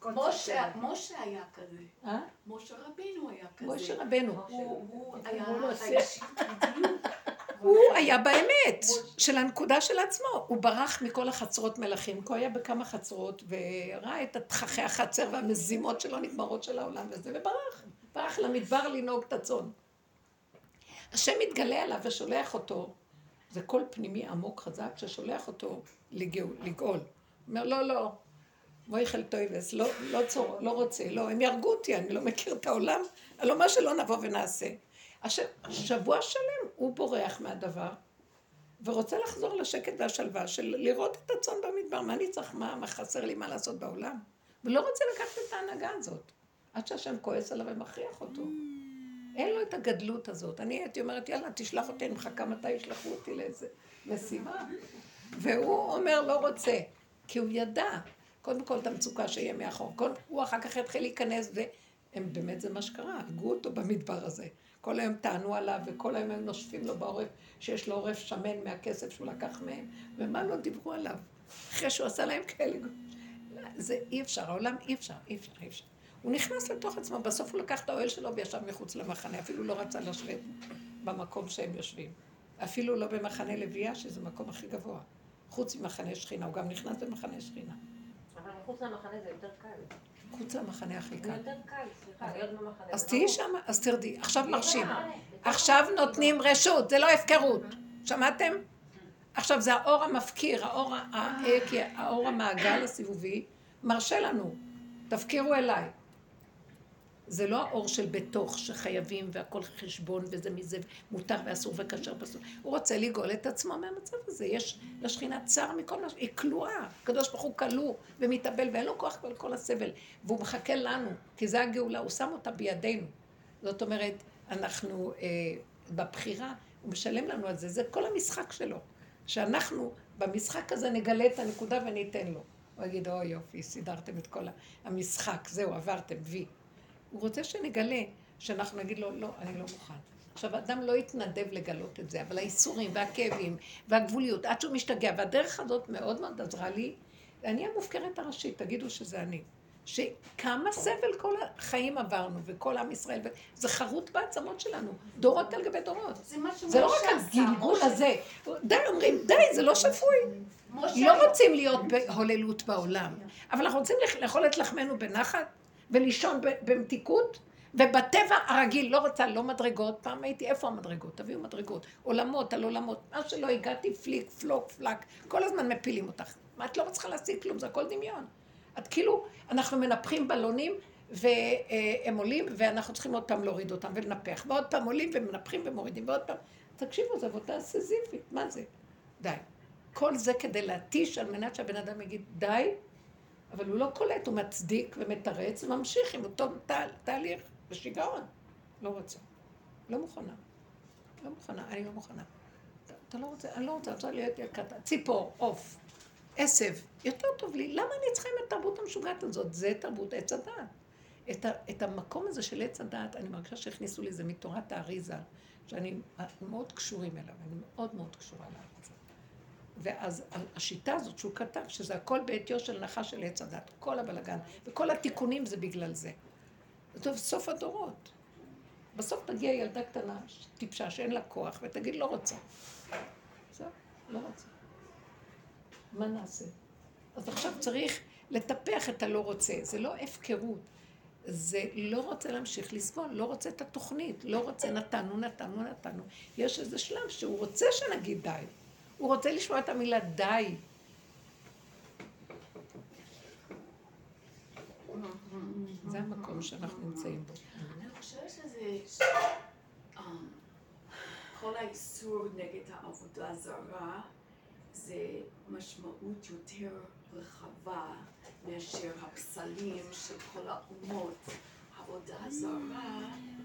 משה היה כזה. משה רבינו היה כזה. משה רבינו. הוא היה האישית בדיוק. הוא היה באמת, של הנקודה של עצמו. הוא ברח מכל החצרות מלכים, כי הוא היה בכמה חצרות, וראה את התככי החצר והמזימות שלו נגמרות של העולם וזה, וברח. ברח למדבר לנהוג את הצאן. השם מתגלה עליו ושולח אותו, זה קול פנימי עמוק חזק ששולח אותו לגאול. אומר, לא, מויכל טויבס, לא רוצה, לא, הם ירגו אותי, אני לא מכיר את העולם, הלא מה שלא נבוא ונעשה. שבוע שלם הוא בורח מהדבר, ורוצה לחזור לשקט והשלווה של לראות את הצאן במדבר, מה אני צריך, מה חסר לי מה לעשות בעולם? ולא רוצה לקחת את ההנהגה הזאת, עד שהשם כועס עליו ומכריח אותו. אין לו את הגדלות הזאת. אני הייתי אומרת, יאללה, תשלח אותי, אני מחכה מתי ישלחו אותי לאיזה משימה. והוא אומר, לא רוצה, כי הוא ידע, קודם כל את המצוקה שיהיה מאחור. הוא אחר כך יתחיל להיכנס, והם באמת זה מה שקרה, הרגו אותו במדבר הזה. כל היום טענו עליו, וכל היום הם נושפים לו בעורף, שיש לו עורף שמן מהכסף שהוא לקח מהם, ומה לא דיברו עליו? אחרי שהוא עשה להם כאלה. זה אי אפשר, העולם אי אפשר. הוא נכנס לתוך עצמו, בסוף הוא לקח את האוהל שלו וישב מחוץ למחנה, אפילו לא רצה לשבת במקום שהם יושבים. אפילו לא במחנה לוויה, שזה מקום הכי גבוה. חוץ ממחנה שכינה, הוא גם נכנס במחנה שכינה. אבל מחוץ למחנה זה יותר קל. חוץ למחנה הכי קל. זה יותר קל, סליחה, להיות במחנה. אז תהיי שם, אז תרדי. עכשיו מרשים. עכשיו נותנים רשות, זה לא הפקרות. שמעתם? עכשיו זה האור המפקיר, האור המעגל הסיבובי, מרשה לנו. תפקירו אליי. זה לא האור של בתוך שחייבים והכל חשבון וזה מזה מותר ואסור וכשר בסוף. הוא רוצה לגאול את עצמו מהמצב הזה. יש לשכינה צער מכל מה... היא כלואה. הקדוש ברוך הוא כלוא ומתאבל ואין לו כוח כל הסבל. והוא מחכה לנו, כי זה הגאולה, הוא שם אותה בידינו. זאת אומרת, אנחנו בבחירה, הוא משלם לנו על זה. זה כל המשחק שלו. שאנחנו במשחק הזה נגלה את הנקודה וניתן לו. הוא יגיד, אוי יופי, סידרתם את כל המשחק, זהו, עברתם, וי. הוא רוצה שנגלה, שאנחנו נגיד לו, לא, אני לא מוכן. עכשיו, האדם לא יתנדב לגלות את זה, אבל האיסורים והכאבים והגבוליות, עד שהוא משתגע, והדרך הזאת מאוד מאוד עזרה לי, אני המופקרת הראשית, תגידו שזה אני. שכמה סבל כל החיים עברנו, וכל עם ישראל, זה חרוט בעצמות שלנו, דורות על גבי דורות. זה לא רק הגלגול הזה. די, אומרים, די, זה לא שפוי. לא רוצים להיות בהוללות בעולם, אבל אנחנו רוצים לאכול את לחמנו בנחת, ולישון במתיקות, ובטבע הרגיל לא רוצה, לא מדרגות, פעם הייתי, איפה המדרגות? תביאו מדרגות, עולמות על עולמות, מה שלא הגעתי, פליק, פלוק, פלק, כל הזמן מפילים אותך. מה, את לא מצליחה להשיג כלום, זה הכל דמיון. את כאילו, אנחנו מנפחים בלונים, והם עולים, ואנחנו צריכים עוד פעם להוריד אותם ולנפח, ועוד פעם עולים ומנפחים ומורידים, ועוד פעם, תקשיבו, זה עבודה סזיפית, מה זה? די. כל זה כדי להתיש על מנת שהבן אדם יגיד, די, אבל הוא לא קולט, הוא מצדיק ומתרץ וממשיך עם אותו תהליך ושיגעון. לא רוצה. לא מוכנה. לא מוכנה, אני לא מוכנה. אתה לא רוצה, אני לא רוצה, אני רוצה להיות יקטה. ציפור, עוף, עשב, יותר טוב לי. למה אני צריכה עם התרבות המשוגעת הזאת? זה תרבות עץ הדעת. את המקום הזה של עץ הדעת, אני מרגישה שהכניסו לי זה מתורת האריזה, שאני מאוד קשורים אליו, אני מאוד מאוד קשורה אליו. ואז השיטה הזאת שהוא כתב, שזה הכל בעטיו של נחש של עץ הדת, כל הבלגן, וכל התיקונים זה בגלל זה. טוב, סוף הדורות. בסוף תגיע ילדה קטנה, טיפשה, שאין לה כוח, ותגיד, לא רוצה. זהו, לא רוצה. מה נעשה? אז עכשיו צריך לטפח את הלא רוצה. זה לא הפקרות. זה לא רוצה להמשיך לסבול, לא רוצה את התוכנית, לא רוצה נתנו. יש איזה שלב שהוא רוצה שנגיד די. הוא רוצה לשמוע את המילה די. זה המקום שאנחנו נמצאים בו. אני חושבת שזה כל האיסור נגד העבודה זרה זה משמעות יותר רחבה מאשר הפסלים של כל האומות. עבודה זרה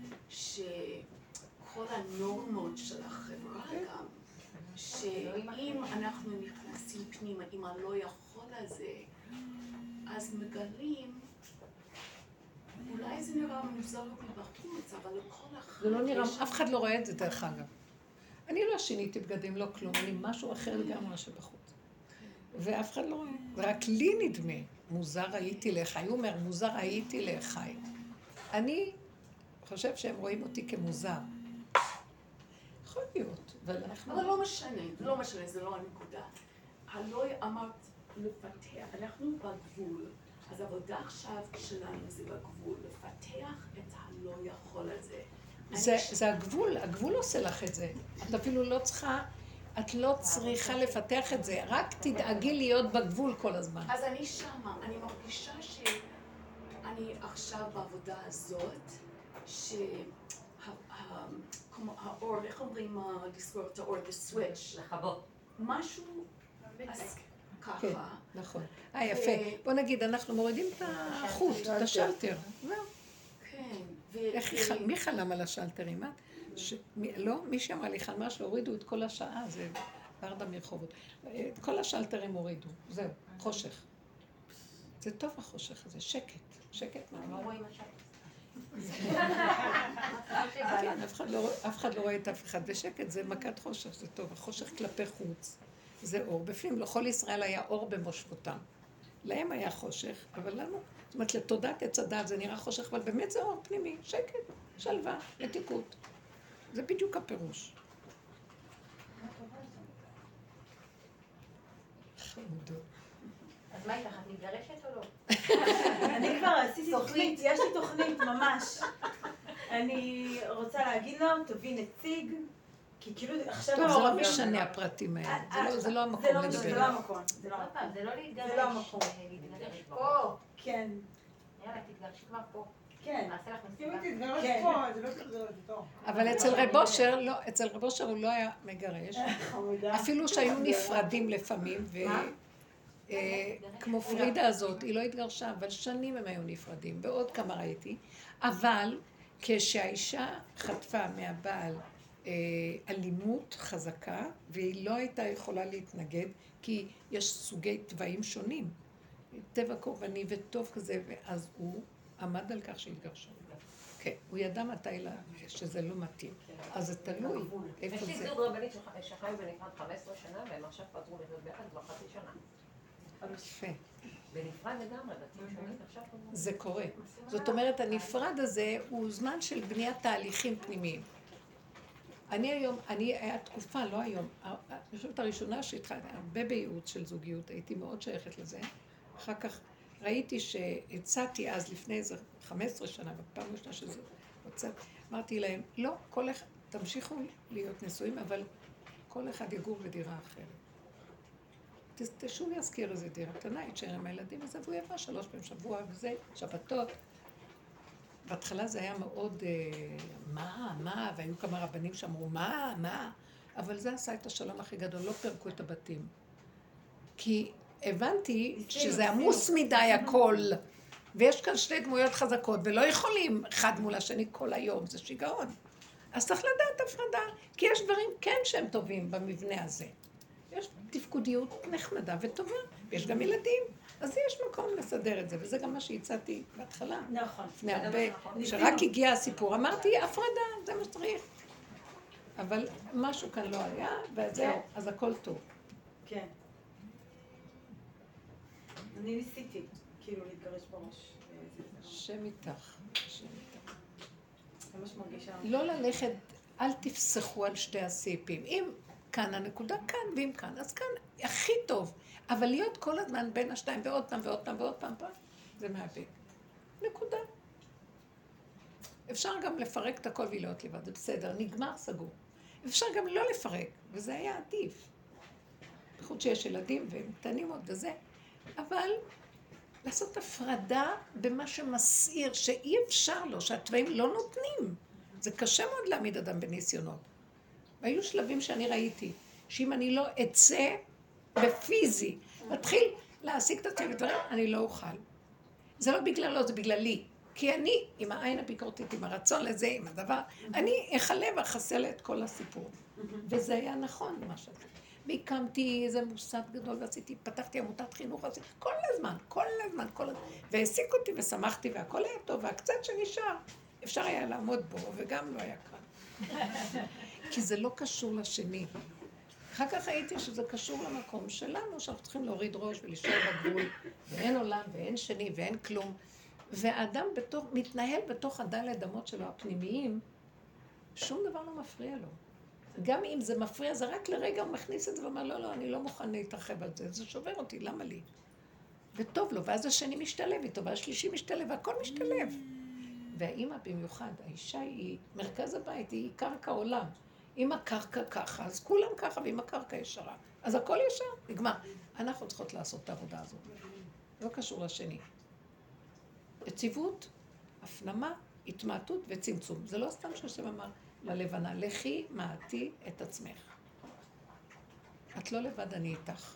שכל הנורמות של החברה גם שאם אנחנו נכנסים פנימה עם הלא יכול הזה, אז מגלים, אולי זה נראה מוזר מבחוץ, אבל לכל אחד זה לא נראה, אף אחד לא רואה את זה דרך אגב. אני לא שיניתי בגדים, לא כלום, אני משהו אחר לגמרי שבחוץ. ואף אחד לא רואה, רק לי נדמה מוזר הייתי לאחי. הוא אומר, מוזר הייתי לאחי. אני חושב שהם רואים אותי כמוזר. יכול להיות, אבל אנחנו... אבל לא משנה, זה לא הנקודה. הלא אמרת לפתח, אנחנו בגבול. אז העבודה עכשיו שלנו זה בגבול, לפתח את הלא יכול הזה. זה הגבול, הגבול עושה לך את זה. את אפילו לא צריכה, את לא צריכה לפתח את זה, רק תדאגי להיות בגבול כל הזמן. אז אני שמה, אני מרגישה שאני עכשיו בעבודה הזאת, כמו האור, איך אומרים לסגור את האור, the switch, לכבות. משהו ככה. כן, נכון. יפה. בוא נגיד, אנחנו מורידים את החוט, את השלטר. כן. מי חלם על השלטרים? לא, מי שאמרה לי חלמה שהורידו את כל השעה, זה ורדה מרחובות. את כל השלטרים הורידו, זהו, חושך. זה טוב החושך הזה, שקט. שקט מה? לא רואים השעה. כן, אף אחד לא רואה את אף אחד בשקט, זה מכת חושך, זה טוב. החושך כלפי חוץ, זה אור. בפנים, לכל ישראל היה אור במושבותם. להם היה חושך, אבל לנו, זאת אומרת, לתודעת עץ הדת זה נראה חושך, אבל באמת זה אור פנימי, שקט, שלווה, מתיקות. זה בדיוק הפירוש. חמודות. אז מה איתך, את מתגרשת או לא? אני כבר עשיתי תוכנית, יש לי תוכנית ממש. אני רוצה להגיד לו, תביא נציג, כי כאילו עכשיו... טוב, זה לא משנה הפרטים האלה, זה לא המקום לדבר. זה לא המקום. זה לא להתגרש. זה לא המקום. להתגרש פה. כן. יאללה, תתגרשי כבר פה. כן. נעשה לך אם מסיבה. היא תתגרש פה, זה לא תתגרש פה. אבל אצל רב אושר, לא, אצל רב אושר הוא לא היה מגרש. אפילו שהיו נפרדים לפעמים, כמו פרידה הזאת, היא לא התגרשה, אבל שנים הם היו נפרדים, בעוד כמה ראיתי. אבל כשהאישה חטפה מהבעל אלימות חזקה, והיא לא הייתה יכולה להתנגד, כי יש סוגי טבעים שונים, טבע קורבני וטוב כזה, ואז הוא עמד על כך שהתגרשו. כן, הוא ידע מתי שזה לא מתאים. אז זה תלוי איפה יש לי זה. זוג רבנית שחיו בנפרד 15 שנה, והם עכשיו פתרו לחיות ביחד כבר חצי שנה. יפה. בנפרד לגמרי, בתים שונים עכשיו... זה קורה. זאת אומרת, הנפרד הזה הוא זמן של בניית תהליכים פנימיים. אני היום, היה תקופה, לא היום, אני חושבת הראשונה שהתחלתי, הרבה בייעוץ של זוגיות, הייתי מאוד שייכת לזה. אחר כך ראיתי שהצעתי אז לפני איזה 15 שנה, בפעם ראשונה שזה הוצאת, אמרתי להם, לא, כל אחד, תמשיכו להיות נשואים, אבל כל אחד יגור בדירה אחרת. שוב יזכיר איזה דירה קטנה, יתשאר עם הילדים וזה, והוא יבוא 3 פעמים שבוע וזה, שבתות. בהתחלה זה היה מאוד, מה, והיו כמה רבנים שאמרו, מה, אבל זה עשה את השלום הכי גדול, לא פרקו את הבתים. כי הבנתי שזה עמוס מדי הכל, ויש כאן 2 דמויות חזקות, ולא יכולים אחד מול השני כל היום, זה שיגעון. אז צריך לדעת הפרדה, כי יש דברים כן שהם טובים במבנה הזה. יש תפקודיות נחמדה וטובה, ויש גם ילדים, אז יש מקום לסדר את זה, וזה גם מה שהצעתי בהתחלה. נכון. לפני הרבה, שרק הגיע הסיפור, אמרתי, הפרדה, זה מה שצריך. אבל משהו כאן לא היה, וזהו, אז הכל טוב. כן. אני ניסיתי, כאילו, להתגרש בראש. שם איתך, שם איתך. זה ממש מרגישה. לא ללכת, אל תפסחו על 2 הסעיפים. אם כאן הנקודה כאן, ואם כאן, אז כאן הכי טוב. אבל להיות כל הזמן בין השתיים, ועוד פעם, ועוד פעם, ועוד פעם, זה מאבד. נקודה. אפשר גם לפרק את הכל ולהיות לבד, זה בסדר, נגמר, סגור. אפשר גם לא לפרק, וזה היה עדיף. בייחוד שיש ילדים והם קטנים עוד וזה. אבל לעשות הפרדה במה שמסעיר, שאי אפשר לו, שהטבעים לא נותנים. זה קשה מאוד להעמיד אדם בניסיונות. והיו שלבים שאני ראיתי, שאם אני לא אצא בפיזי, מתחיל להשיג את עצמי בדברים, אני לא אוכל. זה לא בגללו, זה בגללי. כי אני, עם העין הביקורתית, עם הרצון לזה, עם הדבר, אני אחלה ואחסל את כל הסיפור. וזה היה נכון, מה שעשיתי. והקמתי איזה מוסד גדול ועשיתי, פתחתי עמותת חינוך, כל הזמן, והעסיק אותי ושמחתי והכל היה טוב, והקצת שנשאר, אפשר היה לעמוד בו, וגם לא היה קל. כי זה לא קשור לשני. אחר כך ראיתי שזה קשור למקום שלנו, שאנחנו צריכים להוריד ראש ולשאול בגבול, ואין עולם ואין שני ואין כלום. והאדם מתנהל בתוך הדלת אמות שלו הפנימיים, שום דבר לא מפריע לו. גם אם זה מפריע, זה רק לרגע הוא מכניס את זה ואומר, לא, אני לא מוכן להתרחב על זה, זה שובר אותי, למה לי? וטוב לו, ואז השני משתלב איתו, והשלישי משתלב, והכל משתלב. והאימא במיוחד, האישה היא מרכז הבית, היא קרקע עולם. אם הקרקע ככה, אז כולם ככה, ואם הקרקע ישרה, אז הכל ישר, נגמר. אנחנו צריכות לעשות את העבודה הזאת. לא קשור לשני. יציבות, הפנמה, התמעטות וצמצום. זה לא סתם שהשם אמר ללבנה, לכי מעטי את עצמך. את לא לבד, אני איתך.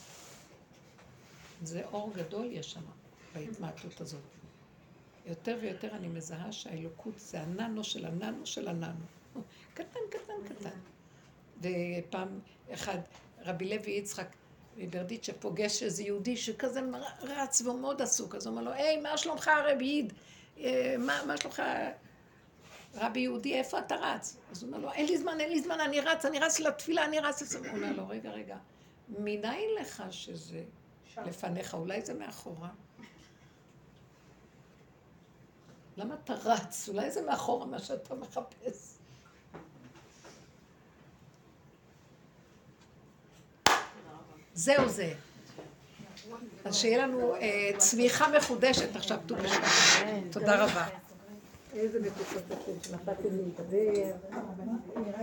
זה אור גדול יש שם, בהתמעטות הזאת. יותר ויותר אני מזהה שהאלוקות זה הננו של הננו של הננו. קטן, קטן, קטן. ופעם אחד, רבי לוי יצחק מברדיץ' שפוגש איזה יהודי שכזה רץ והוא מאוד עסוק, אז הוא אומר לו, היי, מה שלומך רבי יד? מה שלומך רבי יהודי, איפה אתה רץ? אז הוא אומר לו, אין לי זמן, אני רץ לתפילה, הוא אומר לו, רגע, מניין לך שזה לפניך, אולי זה מאחורה? למה אתה רץ? אולי זה מאחורה מה שאתה מחפש. זהו זה. אז שיהיה לנו צמיחה מחודשת עכשיו, ט"ו בשבט. תודה רבה. איזה מתוקות, נתתי להתאבר.